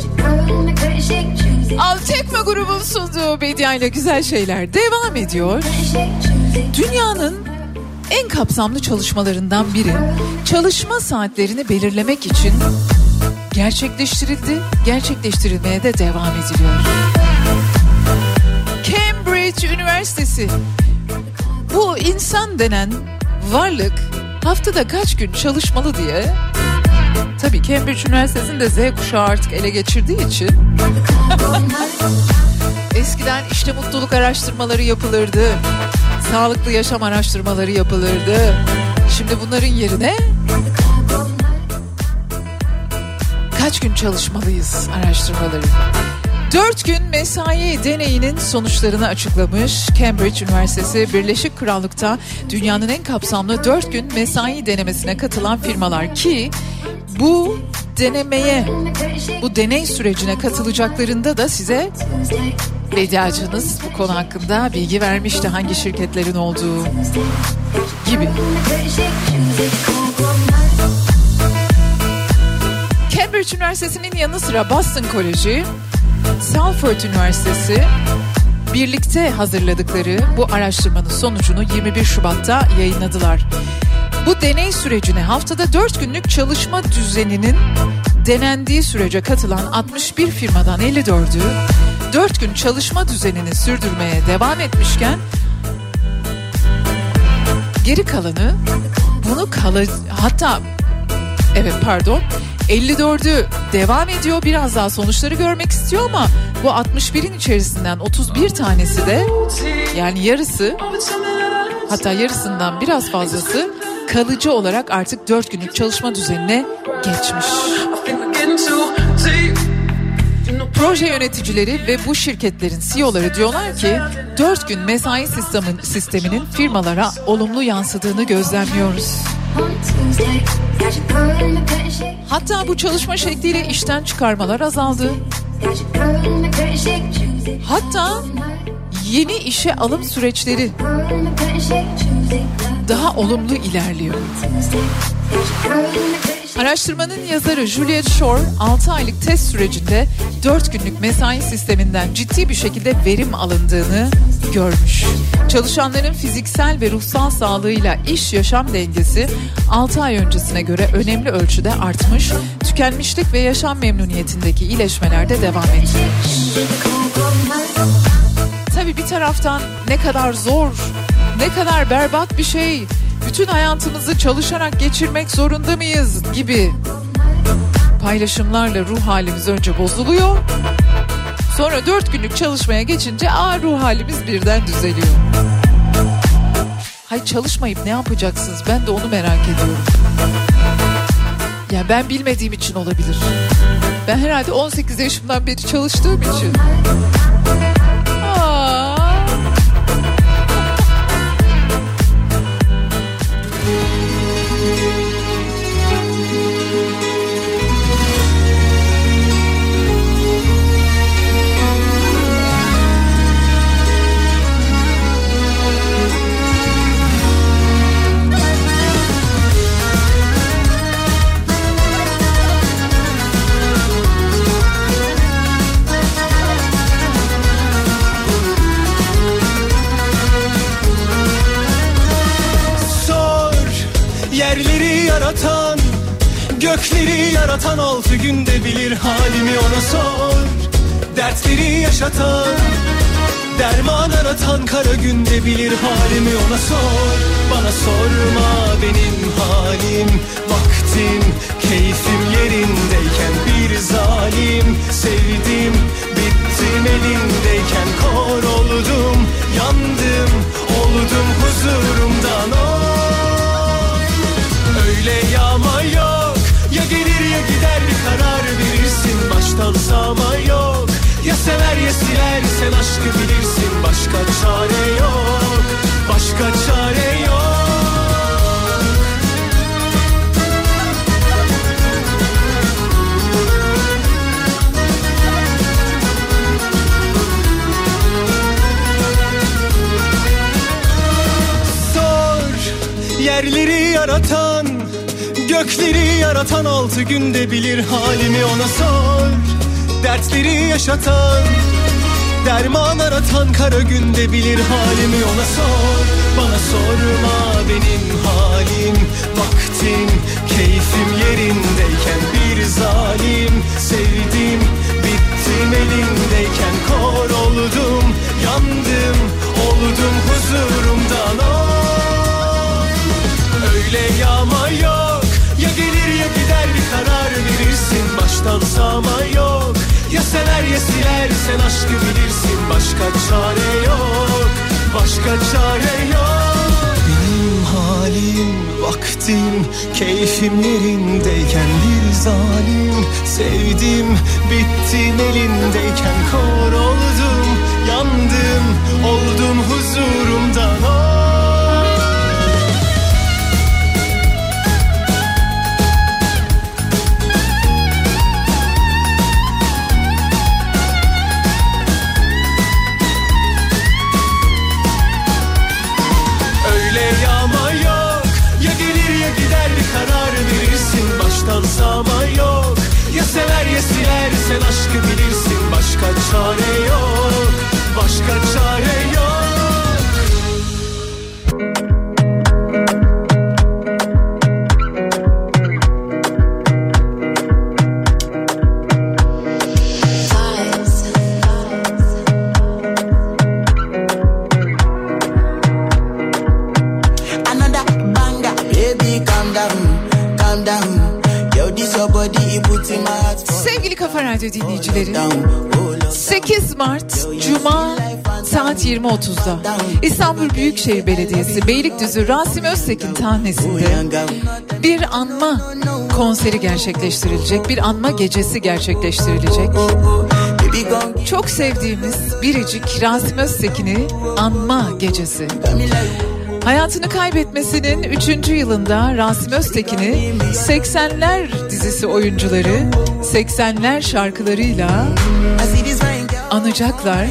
Altekma grubun sunduğu Bediye ile güzel şeyler devam ediyor. Dünyanın en kapsamlı çalışmalarından biri çalışma saatlerini belirlemek için gerçekleştirildi, gerçekleştirilmeye de devam ediliyor. Cambridge Üniversitesi, bu insan denen varlık haftada kaç gün çalışmalı diye, tabii Cambridge Üniversitesi'nin de Z kuşağı artık ele geçirdiği için eskiden işte mutluluk araştırmaları yapılırdı, sağlıklı yaşam araştırmaları yapılırdı. Şimdi bunların yerine kaç gün çalışmalıyız araştırmaları. 4 gün mesai deneyinin sonuçlarını açıklamış Cambridge Üniversitesi. Birleşik Krallık'ta dünyanın en kapsamlı 4 gün mesai denemesine katılan firmalar ki bu deney sürecine katılacaklarında da size Bediacınız bu konu hakkında bilgi vermişti, hangi şirketlerin olduğu gibi. Cambridge Üniversitesi'nin yanı sıra Boston Koleji, Salford Üniversitesi birlikte hazırladıkları bu araştırmanın sonucunu 21 Şubat'ta yayınladılar. Bu deney sürecine haftada 4 günlük çalışma düzeninin denendiği sürece katılan 61 firmadan 54'ü 4 gün çalışma düzenini sürdürmeye devam etmişken geri kalanı bunu 54'ü devam ediyor, biraz daha sonuçları görmek istiyor ama bu 61'in içerisinden 31 tanesi de, yani yarısı, hatta yarısından biraz fazlası kalıcı olarak artık 4 günlük çalışma düzenine geçmiş. Proje yöneticileri ve bu şirketlerin CEO'ları diyorlar ki 4 gün mesai sisteminin firmalara olumlu yansıdığını gözlemliyoruz. Hatta bu çalışma şekliyle işten çıkarmalar azaldı. Hatta yeni işe alım süreçleri daha olumlu ilerliyor. Araştırmanın yazarı Juliet Shore 6 aylık test sürecinde 4 günlük mesai sisteminden ciddi bir şekilde verim alındığını görmüş. Çalışanların fiziksel ve ruhsal sağlığıyla iş yaşam dengesi 6 ay öncesine göre önemli ölçüde artmış, tükenmişlik ve yaşam memnuniyetindeki iyileşmeler de devam ediyor. Tabii bir taraftan ne kadar zor, ne kadar berbat bir şey, bütün hayatımızı çalışarak geçirmek zorunda mıyız gibi paylaşımlarla ruh halimiz önce bozuluyor. Sonra 4 günlük çalışmaya geçince ruh halimiz birden düzeliyor. Hay çalışmayıp ne yapacaksınız? Ben de onu merak ediyorum. Ya ben bilmediğim için olabilir. Ben herhalde 18 yaşımdan beri çalıştığım için. Yaratan, gökleri yaratan 6 günde bilir halimi, ona sor. Dertleri yaşatan, derman aratan kara günde bilir halimi, ona sor. Bana sorma benim halim, vaktim keyfim yerindeyken bir zalim sevdim, bittim elindeyken kor oldum, yandım, oldum huzurumdan. Öyle yağma yok, ya gelir ya gider, bir karar verirsin, baştan sağma yok. Ya sever ya siler, sen aşkı bilirsin, başka çare yok, başka çare yok. Sor, yerleri yaratan, gökleri yaratan 6 günde bilir halimi, ona sor. Dertleri yaşatan, Derman aratan kara günde bilir halimi, ona sor. Bana sorma benim halim. Vaktim keyfim yerindeyken bir zalim sevdim, bittim elindeyken kor oldum, yandım, oldum huzurumdan. Öyle yağma yok, ya gelir ya gider, bir karar verirsin, baştan sağma yok. Ya sever ya siler, sen aşkı bilirsin, başka çare yok, başka çare yok. Benim halim, vaktim, keyfim yerindeyken bir zalim sevdim, bittim elindeyken kor oldum, yandım, oldum huzurumdan. Sağma yok, ya sever ya siler, sen aşkı bilirsin, başka çare yok, başka çare yok. Another banger, baby calm down, calm down. Sevgili Kafa Radyo dinleyicileri, 8 Mart Cuma saat 20.30'da İstanbul Büyükşehir Belediyesi Beylikdüzü Rasim Öztekin sahnesinde bir anma konseri gerçekleştirilecek, bir anma gecesi gerçekleştirilecek. Çok sevdiğimiz biricik Rasim Öztekin'i anma gecesi. Hayatını kaybetmesinin 3. yılında Rasim Öztekin'i 80'ler dizisi oyuncuları 80'ler şarkılarıyla anacaklar.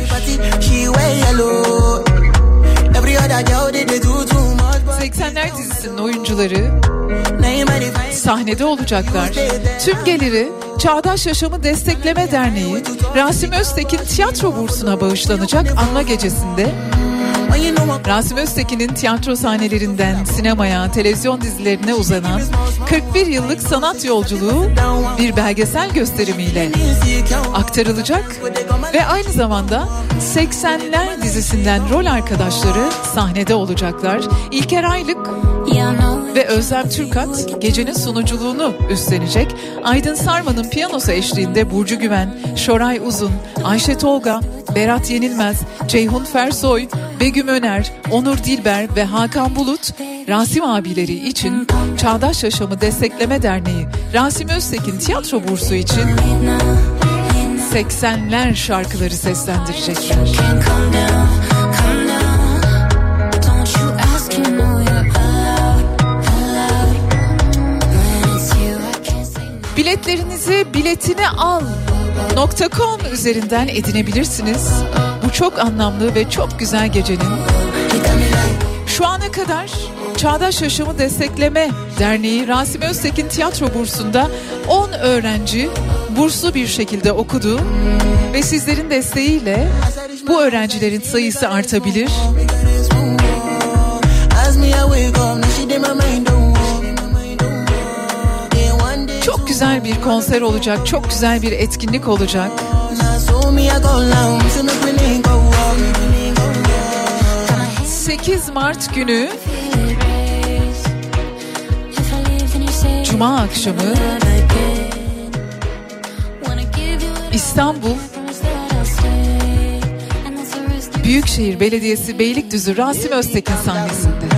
80'ler dizisinin oyuncuları sahnede olacaklar. Tüm geliri Çağdaş Yaşamı Destekleme Derneği Rasim Öztekin tiyatro bursuna bağışlanacak anma gecesinde. Rasim Öztekin'in tiyatro sahnelerinden sinemaya, televizyon dizilerine uzanan 41 yıllık sanat yolculuğu bir belgesel gösterimiyle aktarılacak ve aynı zamanda 80'ler dizisinden rol arkadaşları sahnede olacaklar. İlker Aylık ve Özlem Türkat gecenin sunuculuğunu üstlenecek. Aydın Sarman'ın piyanosu eşliğinde Burcu Güven, Şoray Uzun, Ayşe Tolga, Berat Yenilmez, Ceyhun Fersoy, Begüm Öner, Onur Dilber ve Hakan Bulut, Rasim abileri için Çağdaş Yaşamı Destekleme Derneği Rasim Öztekin tiyatro bursu için 80'ler şarkıları seslendirecekler. Biletlerinizi biletinial.com üzerinden edinebilirsiniz. Bu çok anlamlı ve çok güzel gecenin şu ana kadar Çağdaş Yaşamı Destekleme Derneği Rasim Öztekin Tiyatro Bursu'nda 10 öğrenci burslu bir şekilde okudu ve sizlerin desteğiyle bu öğrencilerin sayısı artabilir. Çok güzel bir konser olacak, çok güzel bir etkinlik olacak. 8 Mart günü Cuma akşamı İstanbul Büyükşehir Belediyesi Beylikdüzü Rasim Öztekin sahnesinde.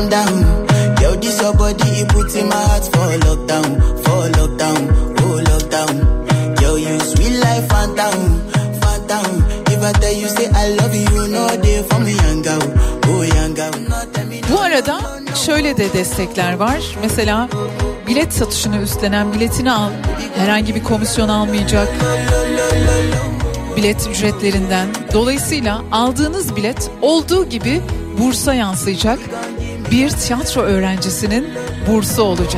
Bu arada şöyle de destekler var. Mesela bilet satışını üstlenen Biletini Al herhangi bir komisyon almayacak. Bilet ücretlerinden. Dolayısıyla aldığınız bilet olduğu gibi bursa yansıyacak. Bir tiyatro öğrencisinin bursu olacak.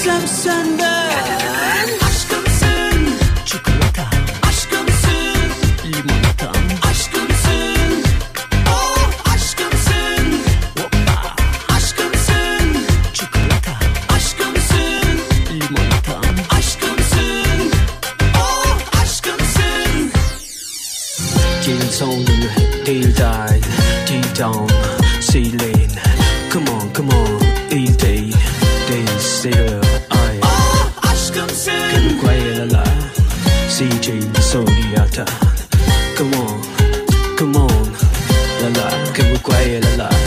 istesem senden. Aşkımsın çikolata, aşkımsın limonata, aşkımsın oh aşkımsın hoppa, aşkımsın çikolata, aşkımsın limonata, aşkımsın oh aşkımsın. James on değil day, deep down, Celine. Come on, come on, değil değil, değil sailor, ay. Oh aşkımsın. Come quiet la la, CJ Soriata. Come on, come on, la la, come quiet la la.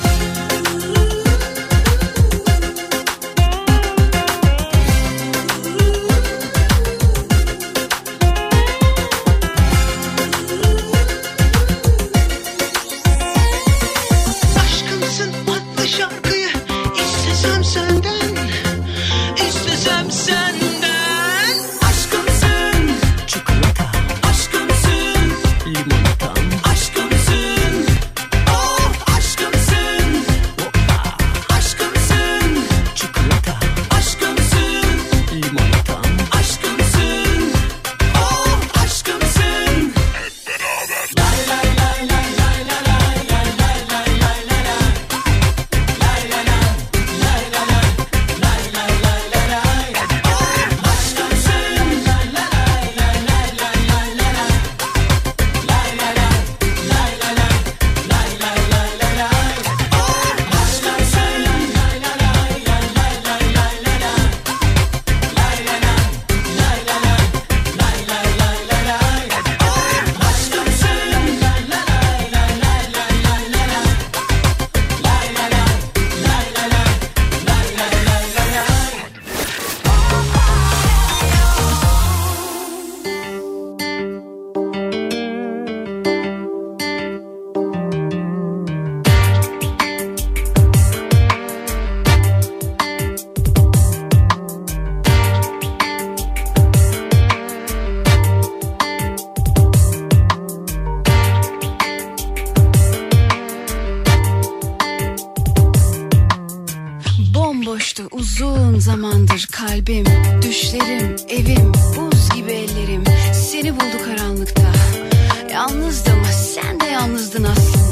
Uzun zamandır kalbim, düşlerim, evim, buz gibi ellerim seni buldu karanlıkta. Yalnızdım, sen de yalnızdın aslında.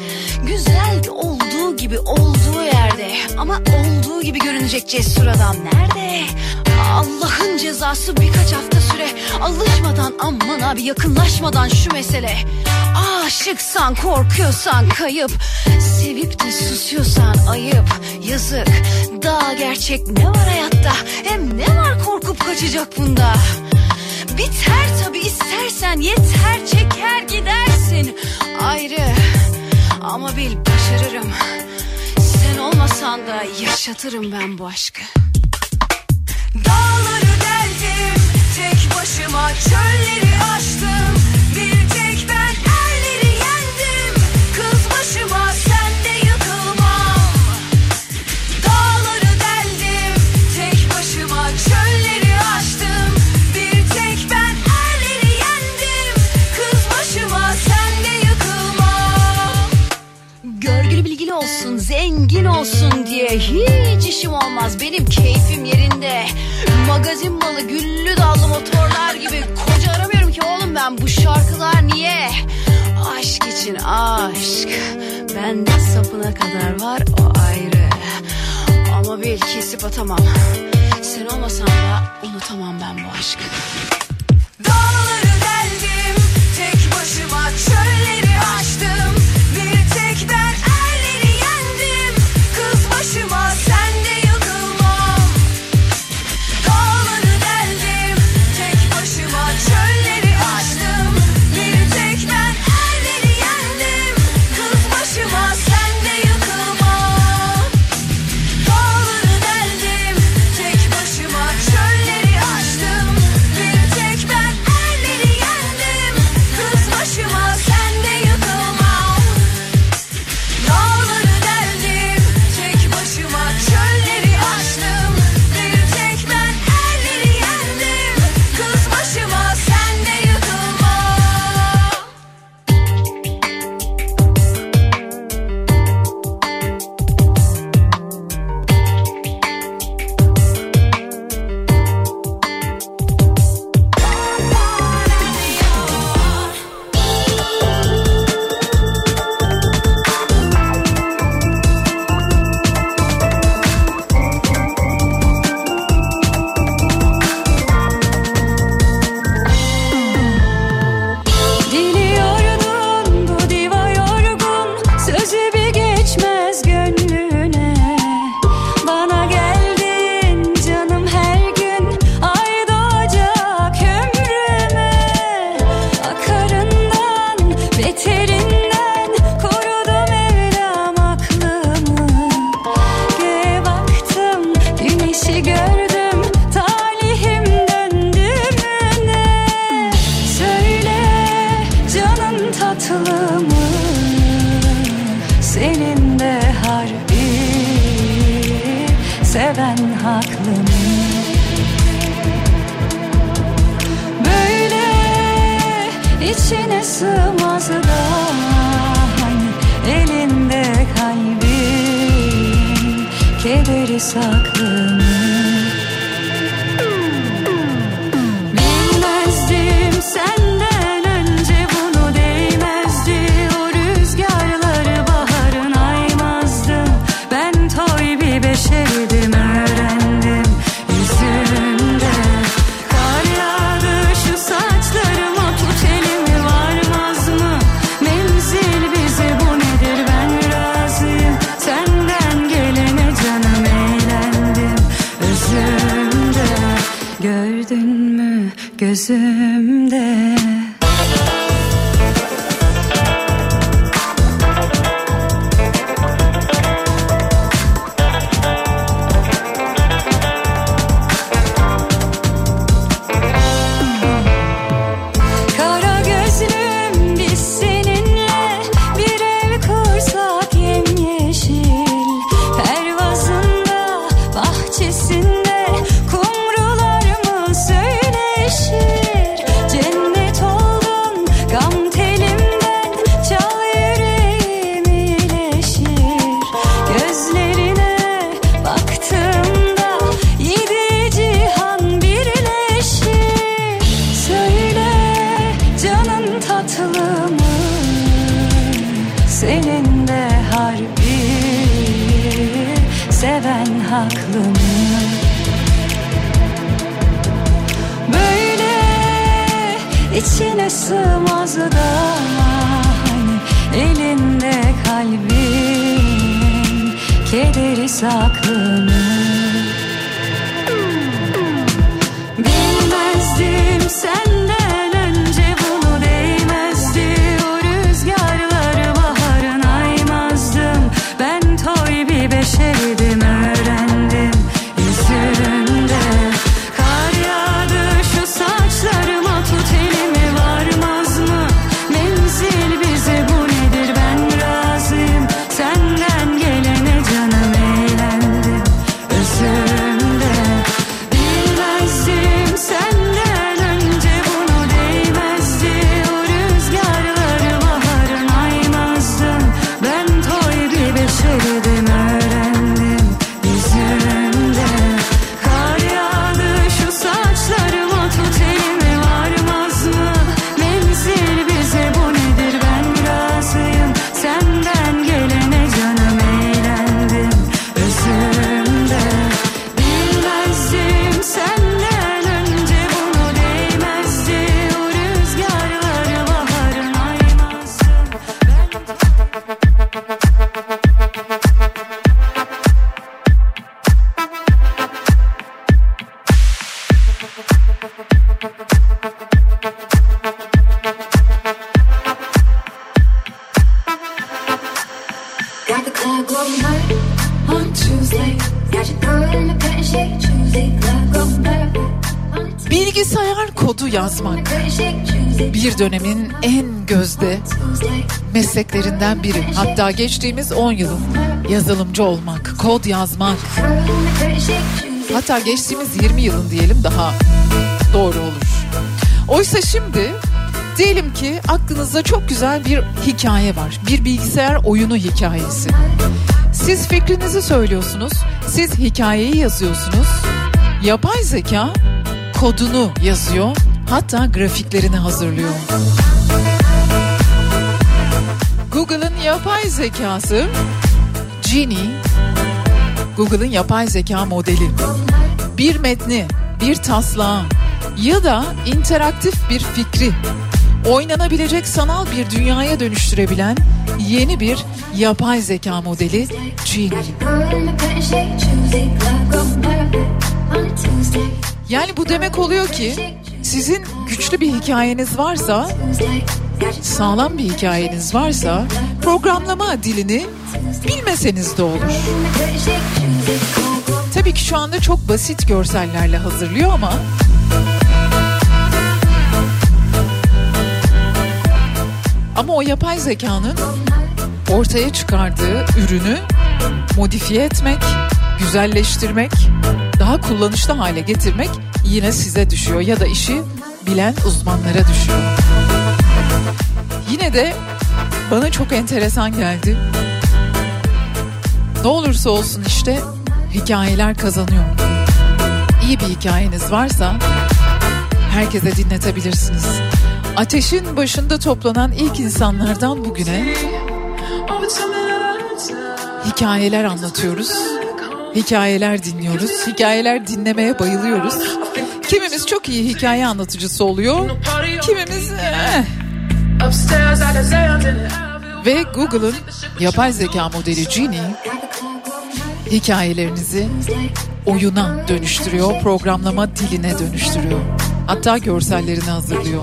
Güzeldi olduğu gibi olduğu yerde, ama olduğu gibi görünecek cesur adam nerede? Allah'ın cezası birkaç hafta süre, alışmadan aman abi yakınlaşmadan şu mesele. Aşıksan, korkuyorsan kayıp, sevip de susuyorsan ayıp, yazık. Daha gerçek ne var hayatta, hem ne var korkup kaçacak bunda? Biter tabi istersen, yeter çeker gidersin ayrı. Ama bil başarırım, sen olmasan da yaşatırım ben bu aşkı. Dağları deldim, tek başıma çölleri aştım. Bir tek ben erleri yendim, kız başıma sen de yıkılmam. Dağları deldim, tek başıma çölleri aştım. Bir tek ben erleri yendim, kız başıma sen de yıkılmam. Görgülü bilgili olsun, zengin olsun diye hiç işim olmaz, benim keyfim yerinde. Magazin malı, güllü dallı motorlar gibi koca aramıyorum ki oğlum ben, bu şarkılar niye? Aşk için aşk, bende sapına kadar var o ayrı. Ama bil kesip atamam, sen olmasan da unutamam ben bu aşkı. Dağları deldim, tek başıma çölleri aştım. Bir tek ben erleri yendim, kız başıma sen de yıkılmam. Dağları deldim, tek başıma çölleri aştım. Bir tek ben erleri yendim, kız başıma sen de yıkılmam. Dağları deldim, tek başıma çölleri aştım. Bir tek ben erleri yendim, kız başıma sen de yıkılmam. seven haklı mı? Böyle içine sığmaz da hani elinde kalbin kederi saklı mı? Bilmezdim senden önce bunu, değmezdi o rüzgarları, baharın aymazdım. Ben toy bir beşerdim, öğrendim yüzünde. Kar yağdı şu saçlarıma, tut elimi varmaz mı? Menzil bize bu nedir, ben razıyım. Senden gelene canım eğlendim özümde. Gördün mü gözümde? Kara gözlüm biz seninle bir ev kursak yemyeşil, pervazında bahçesinde kumrular mı söyleşir? Cennet oldun gam telimden, çal yüreğim iyileşir. Gözlerine baktığımda yedi cihan birleşir. Söyle canın tatlı mı? Senin de harbi seven haklı mı? Böyle içine sığmaz da hani elinde kalbin kederi saklı mı? Bilmezdim senden önce bunu, değmezdi o rüzgarları, baharın aymazdım. Ben toy bir beşerdim, öğrendim yüzünde. Kar yağdı şu saçlarıma, tut elimi varmaz mı? Menzil bize bu nedir, ben razıyım. Senden gelene canım eğlendim özümde. Bilmezdim senden önce bunu, değmezdi o rüzgarları, baharın aymazdım. Ben toy bir beşerdim, öğrendim yüzümde. Kar yağdı şu saçlarıma, tut elimi varmaz mı? Menzil bize bu nedir, ben razıyım. Senden gelene canım eğlendim özümde. Bilmezdim senden önce bunu, değmezdi o rüzgarları, baharın aymazdım. Got the club going hard on Tuesday. Got your girl in the paint shake Tuesday. Club going hard on a Bilgisayar kodu yazmak paint shake Tuesday. bir dönemin en gözde mesleklerinden biri. Hatta geçtiğimiz 10 yılın yazılımcı olmak, kod yazmak. Girl in the paint shake Tuesday. Hatta geçtiğimiz 20 yılın diyelim, daha doğru olur. Oysa şimdi diyelim ki aklınızda çok güzel bir hikaye var. Bir bilgisayar oyunu hikayesi. Siz fikrinizi söylüyorsunuz, siz hikayeyi yazıyorsunuz. Yapay zeka kodunu yazıyor, hatta grafiklerini hazırlıyor. Google'ın yapay zekası Genie, Google'ın yapay zeka modeli. Bir metni, bir taslağı ya da interaktif bir fikri oynanabilecek sanal bir dünyaya dönüştürebilen yeni bir yapay zeka modeli Genie. Girl in the paint shake Tuesday. Club going hard on a Tuesday. Yani bu demek oluyor ki sizin güçlü bir hikayeniz varsa, sağlam bir hikayeniz varsa programlama dilini bilmeseniz de olur. Tabii ki şu anda çok basit görsellerle hazırlıyor ama o yapay zekanın ortaya çıkardığı ürünü modifiye etmek, güzelleştirmek, daha kullanışlı hale getirmek yine size düşüyor ya da işi bilen uzmanlara düşüyor. Yine de bana çok enteresan geldi. Ne olursa olsun işte hikayeler kazanıyor. İyi bir hikayeniz varsa herkese dinletebilirsiniz. Ateşin başında toplanan ilk insanlardan bugüne hikayeler anlatıyoruz. Hikayeler dinliyoruz. Hikayeler dinlemeye bayılıyoruz. Kimimiz çok iyi hikaye anlatıcısı oluyor. Kimimiz Ve Google'ın yapay zeka modeli Genie hikayelerinizi oyuna dönüştürüyor, programlama diline dönüştürüyor. Hatta görsellerini hazırlıyor.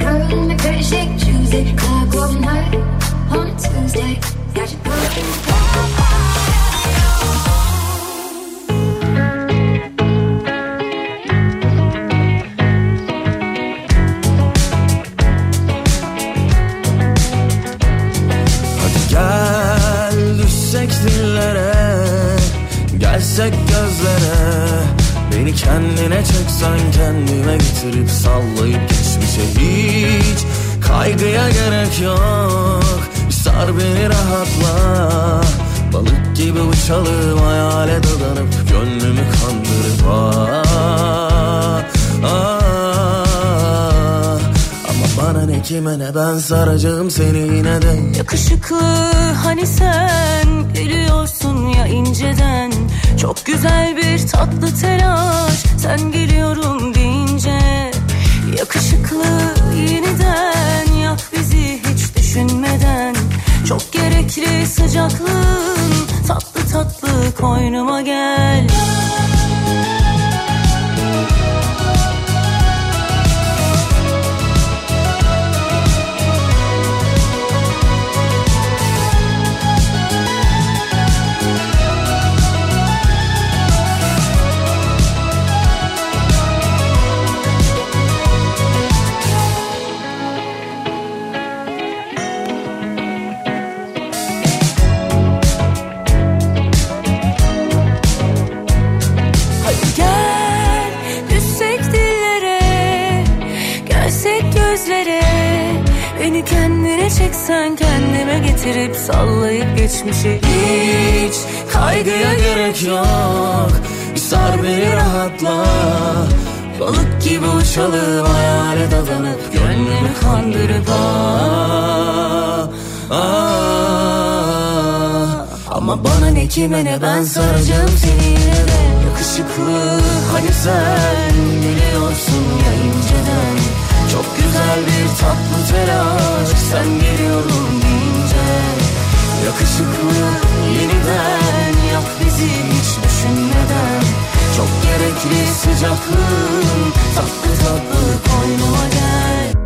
Gel düşsek dillere, gelsek gözlere, beni kendine çeksen kendime getirip sallayıp geçmişe hiç kaygıya gerek yok. Sar beni rahatla, balık gibi uçalım hayale dadanıp gönlümü kandırıp bana ne kime ne ben saracağım seni yine de. Yakışıklı hani sen geliyorsun ya inceden. Çok güzel bir tatlı telaş sen geliyorum deyince. Yakışıklı yeniden yak bizi hiç düşünmeden. Çok gerekli sıcaklığın tatlı tatlı koynuma gel. Beni kendine çeksen kendime getirip sallayıp geçmişi hiç kaygıya gerek yok. Bir sar beni rahatla, balık gibi uçalım hayale dadanıp gönlümü kandırıp ama bana ne kime ne ben saracağım seni yine de. Yakışıklı hani sen geliyorsun ya inceden. Çok güzel bir tatlı telaş sen geliyorum deyince. Yakışıklı yeniden yak bizi hiç düşünmeden. Çok gerekli sıcaklığın tatlı tatlı koynuma gel.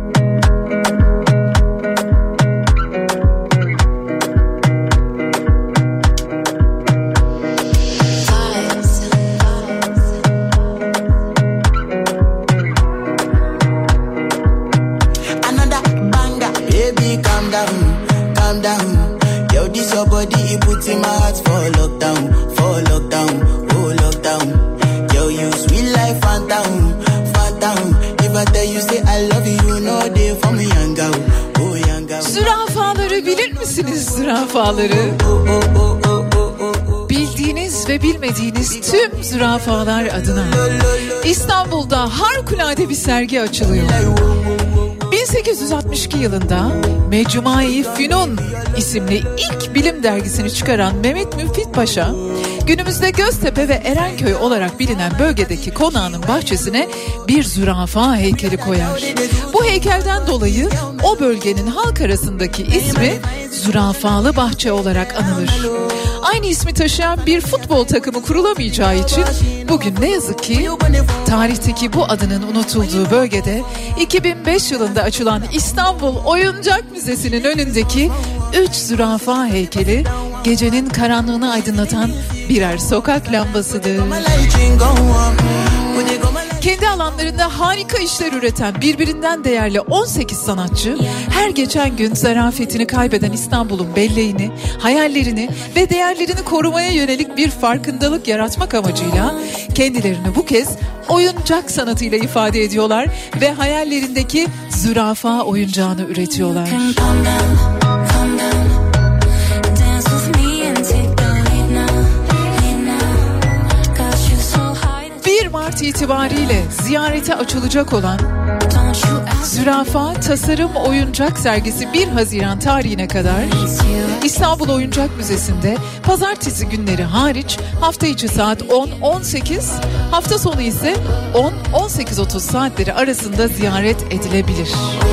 My heart for lockdown, oh lockdown. Yo, you sweet life, phantom, phantom. If I tell you say I love you, you know they for me young girl, oh young girl. Zürafaları bilir misiniz zürafaları? Bildiğiniz ve bilmediğiniz tüm zürafalar adına İstanbul'da harikulade bir sergi açılıyor. 1862 yılında Mecmua-i Fünun isimli ilk bilim dergisini çıkaran Mehmet Müfit Paşa, günümüzde Göztepe ve Erenköy olarak bilinen bölgedeki konağının bahçesine bir zürafa heykeli koyar. Bu heykelden dolayı o bölgenin halk arasındaki ismi Zürafalı Bahçe olarak anılır. Aynı ismi taşıyan bir futbol takımı kurulamayacağı için bugün ne yazık ki tarihteki bu adının unutulduğu bölgede 2005 yılında açılan İstanbul Oyuncak Müzesi'nin önündeki 3 zürafa heykeli gecenin karanlığını aydınlatan birer sokak lambasıdır. Kendi alanlarında harika işler üreten birbirinden değerli 18 sanatçı her geçen gün zarafetini kaybeden İstanbul'un belleğini, hayallerini ve değerlerini korumaya yönelik bir farkındalık yaratmak amacıyla kendilerini bu kez oyuncak sanatıyla ifade ediyorlar ve hayallerindeki zürafa oyuncağını üretiyorlar. 1 Mart itibariyle ziyarete açılacak olan Zürafa Tasarım Oyuncak Sergisi 1 Haziran tarihine kadar İstanbul Oyuncak Müzesi'nde pazartesi günleri hariç hafta içi saat 10-18, hafta sonu ise 10-18.30 saatleri arasında ziyaret edilebilir.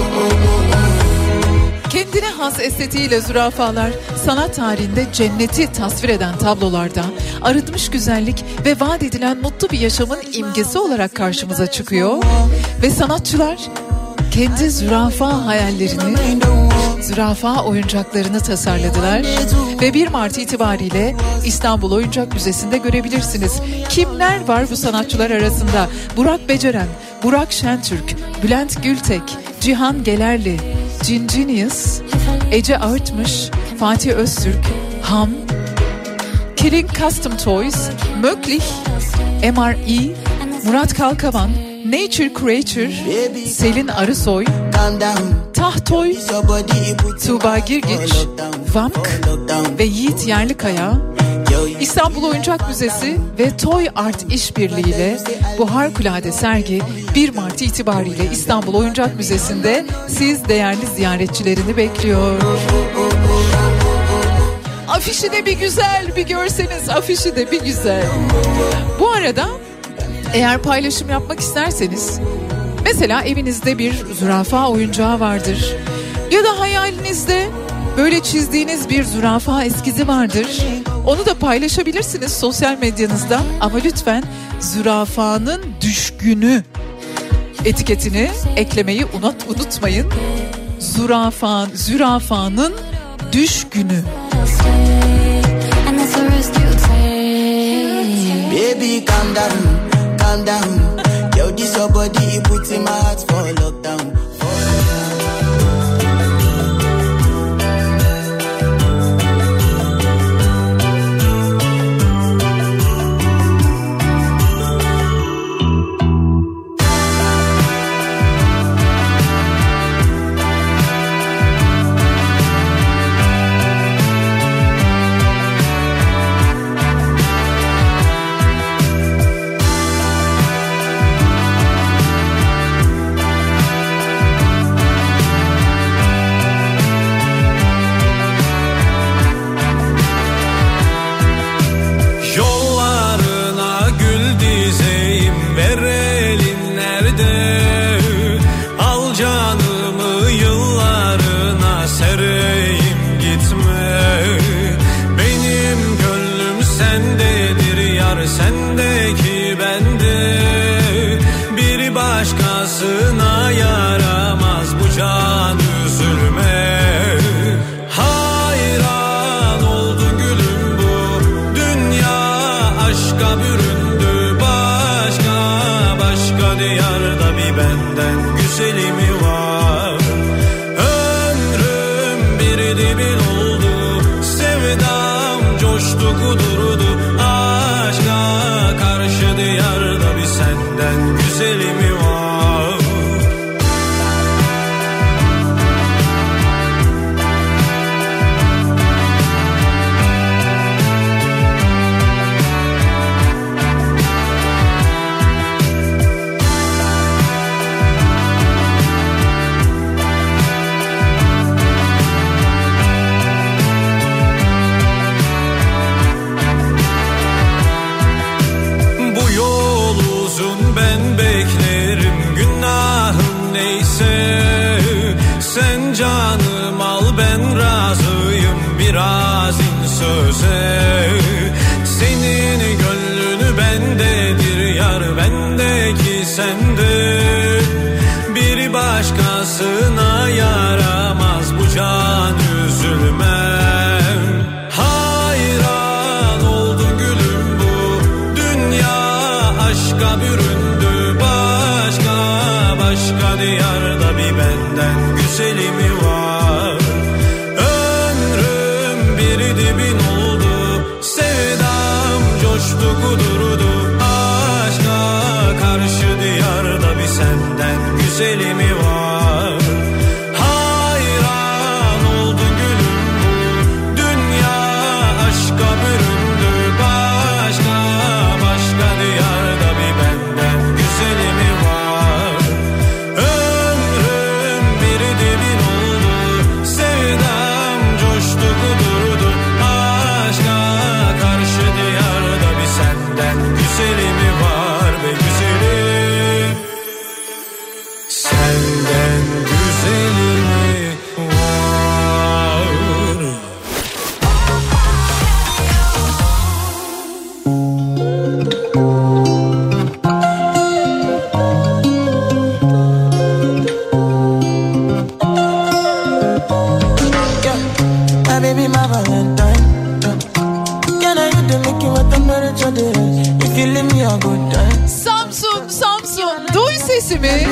Kendine has estetiğiyle zürafalar sanat tarihinde cenneti tasvir eden tablolarda arıtmış güzellik ve vaat edilen mutlu bir yaşamın imgesi olarak karşımıza çıkıyor ve sanatçılar kendi zürafa hayallerini, zürafa oyuncaklarını tasarladılar ve 1 Mart itibariyle İstanbul Oyuncak Müzesi'nde görebilirsiniz. Kimler var bu sanatçılar arasında? Burak Beceren, Burak Şentürk, Bülent Gültek, Cihan Gelerli, Gingenius, Ece Ağırtmış, Fatih Öztürk, Ham, Killing Custom Toys, Möglich, MRE, Murat Kalkavan, Nature Creature, Selin Arısoy, Tahtoy, Tuğba Girgiç, Vamk ve Yiğit Yerlikaya, İstanbul Oyuncak Müzesi ve Toy Art işbirliğiyle bu harikulade sergi 1 Mart itibariyle İstanbul Oyuncak Müzesi'nde siz değerli ziyaretçilerini bekliyor. Afişi de bir güzel, bir görseniz afişi de bir güzel. Bu arada eğer paylaşım yapmak isterseniz, mesela evinizde bir zürafa oyuncağı vardır ya da hayalinizde böyle çizdiğiniz bir zürafa eskizi vardır. Onu da paylaşabilirsiniz sosyal medyanızda ama lütfen zürafanın düşkünü etiketini eklemeyi unutmayın. Zürafanın düşkünü. Baby, calm down, calm down. Yo, this your body, it puts in my heart for lockdown. Başkasına yaramaz bu can üzülme. Hayran oldu gülüm bu dünya aşka büründü. Başka diyarda bir benden güzeli mi var? Ömrüm bir dibin oldu, sevdam coştu kudurdu. Aşka karşı diyarda bir senden güzeli mi var? Sen canım al ben razıyım biraz in söze. Senin gönlünü bendedir yar bendeki sende. Bir başkasına yaramaz bu can üzülmem. Hayran oldu gülüm bu dünya aşka büründü. kudurdu. Aşka karşı diyarda bir senden güzeli mi var? Hayran oldun gülüm, dünya aşka büründü. Başka diyarda bir benden güzeli mi var? Ömrüm bir dibin oldu, sevdam coştu kudurdu. Aşka karşı diyarda bir senden güzeli mi var be güzelim? Senden güzeli mi var? My baby, my Valentine. Can I hit the Mickey with the temperature days? If you leave me a good time. Samsun, duy sesimi.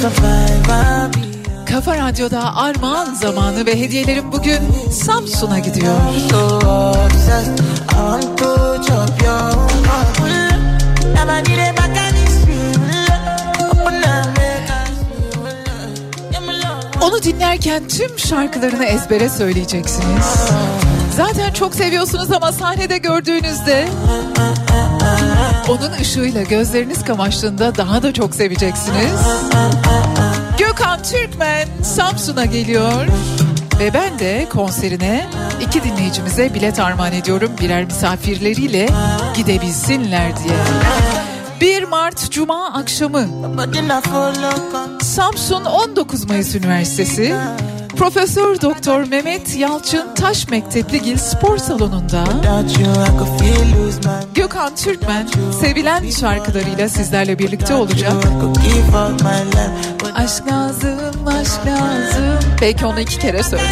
Kafa Radyo'da armağan zamanı ve hediyelerim bugün Samsun'a gidiyor. So obsessed, I want to chop your heart. Never need a back and it's Onu dinlerken tüm şarkılarını ezbere söyleyeceksiniz. Zaten çok seviyorsunuz ama sahnede gördüğünüzde onun ışığıyla gözleriniz kamaştığında daha da çok seveceksiniz. Gökhan Türkmen Samsun'a geliyor ve ben de konserine 2 dinleyicimize bilet armağan ediyorum, birer misafirleriyle gidebilsinler diye. 1 Mart Cuma akşamı Samsun 19 Mayıs Üniversitesi Profesör Doktor Mehmet Yalçın Taş Mektepligil Spor Salonu'nda Gökhan Türkmen sevilen şarkılarıyla sizlerle birlikte olacak. Aşk lazım, aşk lazım. Belki onu 2 kere söyler.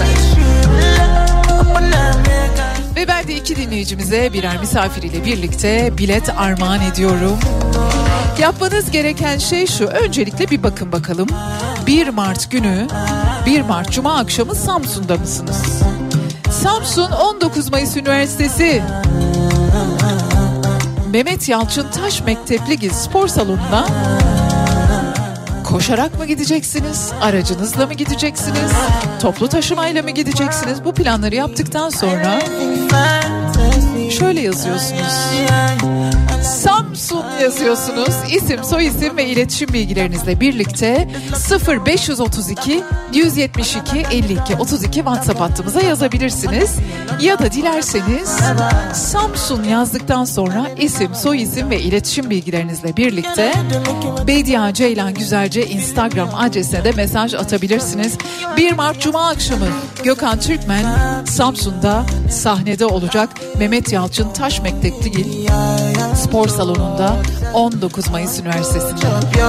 Ve ben de 2 dinleyicimize birer misafiriyle birlikte bilet armağan ediyorum. Yapmanız gereken şey şu: öncelikle bir bakın bakalım 1 Mart günü, 1 Mart Cuma akşamı Samsun'da mısınız? Samsun 19 Mayıs Üniversitesi Mehmet Yalçın Taş Mektepligil Spor Salonu'na koşarak mı gideceksiniz? Aracınızla mı gideceksiniz? Toplu taşımayla mı gideceksiniz? Bu planları yaptıktan sonra şöyle yazıyorsunuz: Samsun yazıyorsunuz. İsim, soyisim ve iletişim bilgilerinizle birlikte 0532 172 52 32 WhatsApp hattımıza yazabilirsiniz. Ya da dilerseniz Samsun yazdıktan sonra isim, soyisim ve iletişim bilgilerinizle birlikte Bediye Ceylan Güzelce Instagram adresine de mesaj atabilirsiniz. 1 Mart Cuma akşamı Gökhan Türkmen Samsun'da sahnede olacak. Mehmet Yalçın Taş Mektepligil Spor Salonu'nda 19 Mayıs Üniversitesi'nde.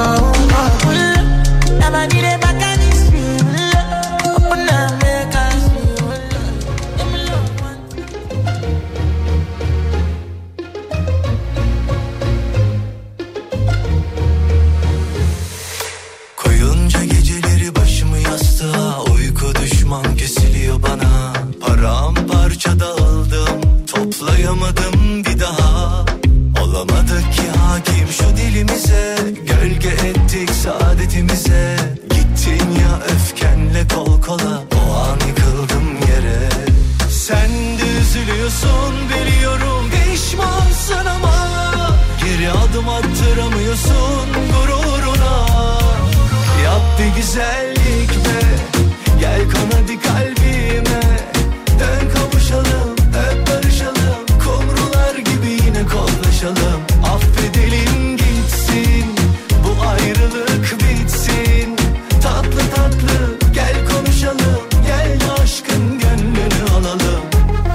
Koyunca geceleri başımı yastığa, uyku düşman kesiliyor bana. Paramparça dağıldım, toplayamadım bir daha. Olamadık ki hakim şu dilimize, gölge ettik saadetimize. Gittin ya öfkenle kol kola, o an yıkıldım yere. Sen de üzülüyorsun biliyorum, pişmansın ama geri adım attıramıyorsun gururuna. Yap bir güzellik be, gel kon hadi kalbime. Dön kavuşalım, hep barışalım, kumrular gibi yine kollaşalım. Affedelim gitsin, bu ayrılık bitsin. Tatlı tatlı gel konuşalım, gel aşkın gönlünü alalım.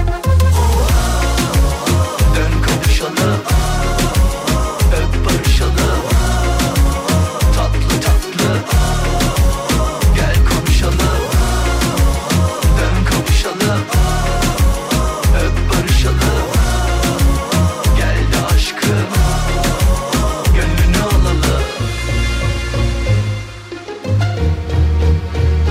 Dön kavuşalım, hep barışalım. Tatlı tatlı gel konuşalım. Dön kavuşalım, hep barışalım. Gel de aşkın gönlünü alalım.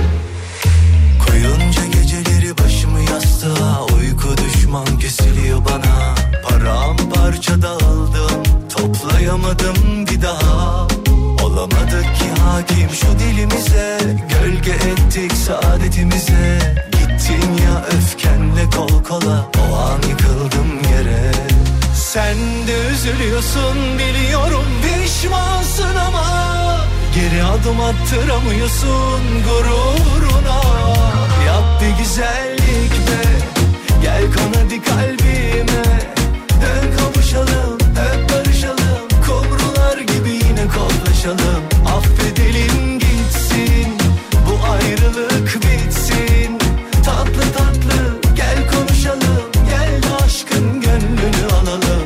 Kıyamadım bir daha. Olamadık ki hakim şu dilimize. Gölge ettik saadetimize. Gittin ya öfkenle kol kola. O an yıkıldım yere. Sen de üzülüyorsun biliyorum, pişmansın ama geri adım attıramıyorsun gururuna. Yap bir güzellik be, gel kon hadi kalbime. Dön kavuşalım, hep barışalım. Kumrular gibi yine kollaşalım. Affedelim gitsin, bu ayrılık bitsin. Tatlı tatlı gel konuşalım. Gel de aşkın gönlünü alalım.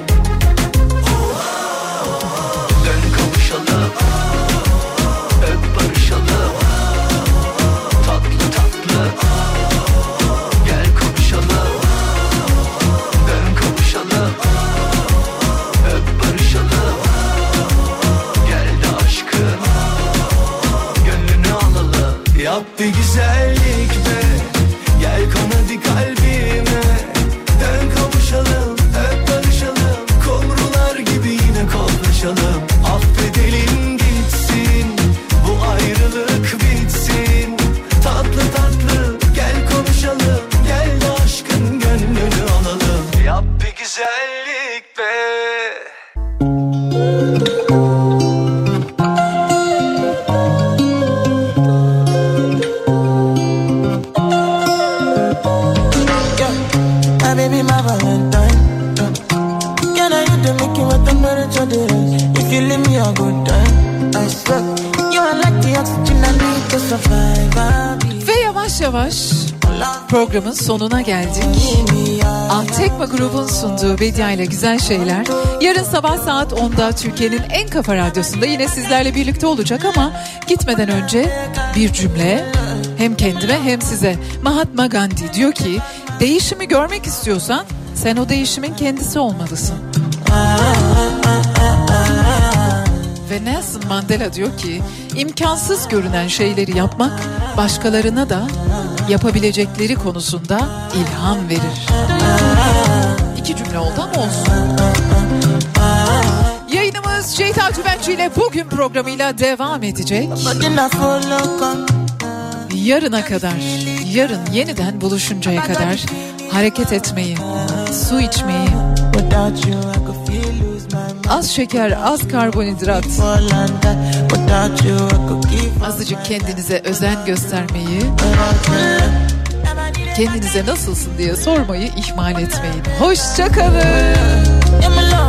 Dön kavuşalım, öp barışalım. Tatlı tatlı gel konuşalım. Dön kavuşalım, öp barışalım. Gel de aşkın gönlünü alalım. Yap bir güzellik be, gel kon hadi kalbime. Dön kavuşalım, hep barışalım. Kumrular gibi yine kollaşalım. Affedelim gitsin, bu ayrılık bitsin. Tatlı tatlı gel konuşalım. Gel de aşkın gönlünü alalım. Yap bir güzellik be. My baby, my Valentine. Can I hit the Mickey with the temperature difference? If you leave me a good time, I swear you are like the oxygen I need to survive. I'll be Ve yavaş yavaş programın sonuna geldik. Altekma grubun sunduğu Bedia ile Güzel Şeyler yarın sabah saat 10'da Türkiye'nin en kafa radyosunda yine sizlerle birlikte olacak ama gitmeden önce bir cümle hem kendime hem size. Mahatma Gandhi diyor ki, değişimi görmek istiyorsan sen o değişimin kendisi olmalısın. Ve Nelson Mandela diyor ki, imkansız görünen şeyleri yapmak başkalarına da yapabilecekleri konusunda ilham verir. 2 cümle oldu ama olsun. Yayınımız Ceyda Tübenci ile bugün programıyla devam edecek. Yarına kadar, yarın yeniden buluşuncaya kadar hareket etmeyi, su içmeyi, az şeker, az karbonhidrat, azıcık kendinize özen göstermeyi, kendinize nasılsın diye sormayı ihmal etmeyin. Hoşça kalın.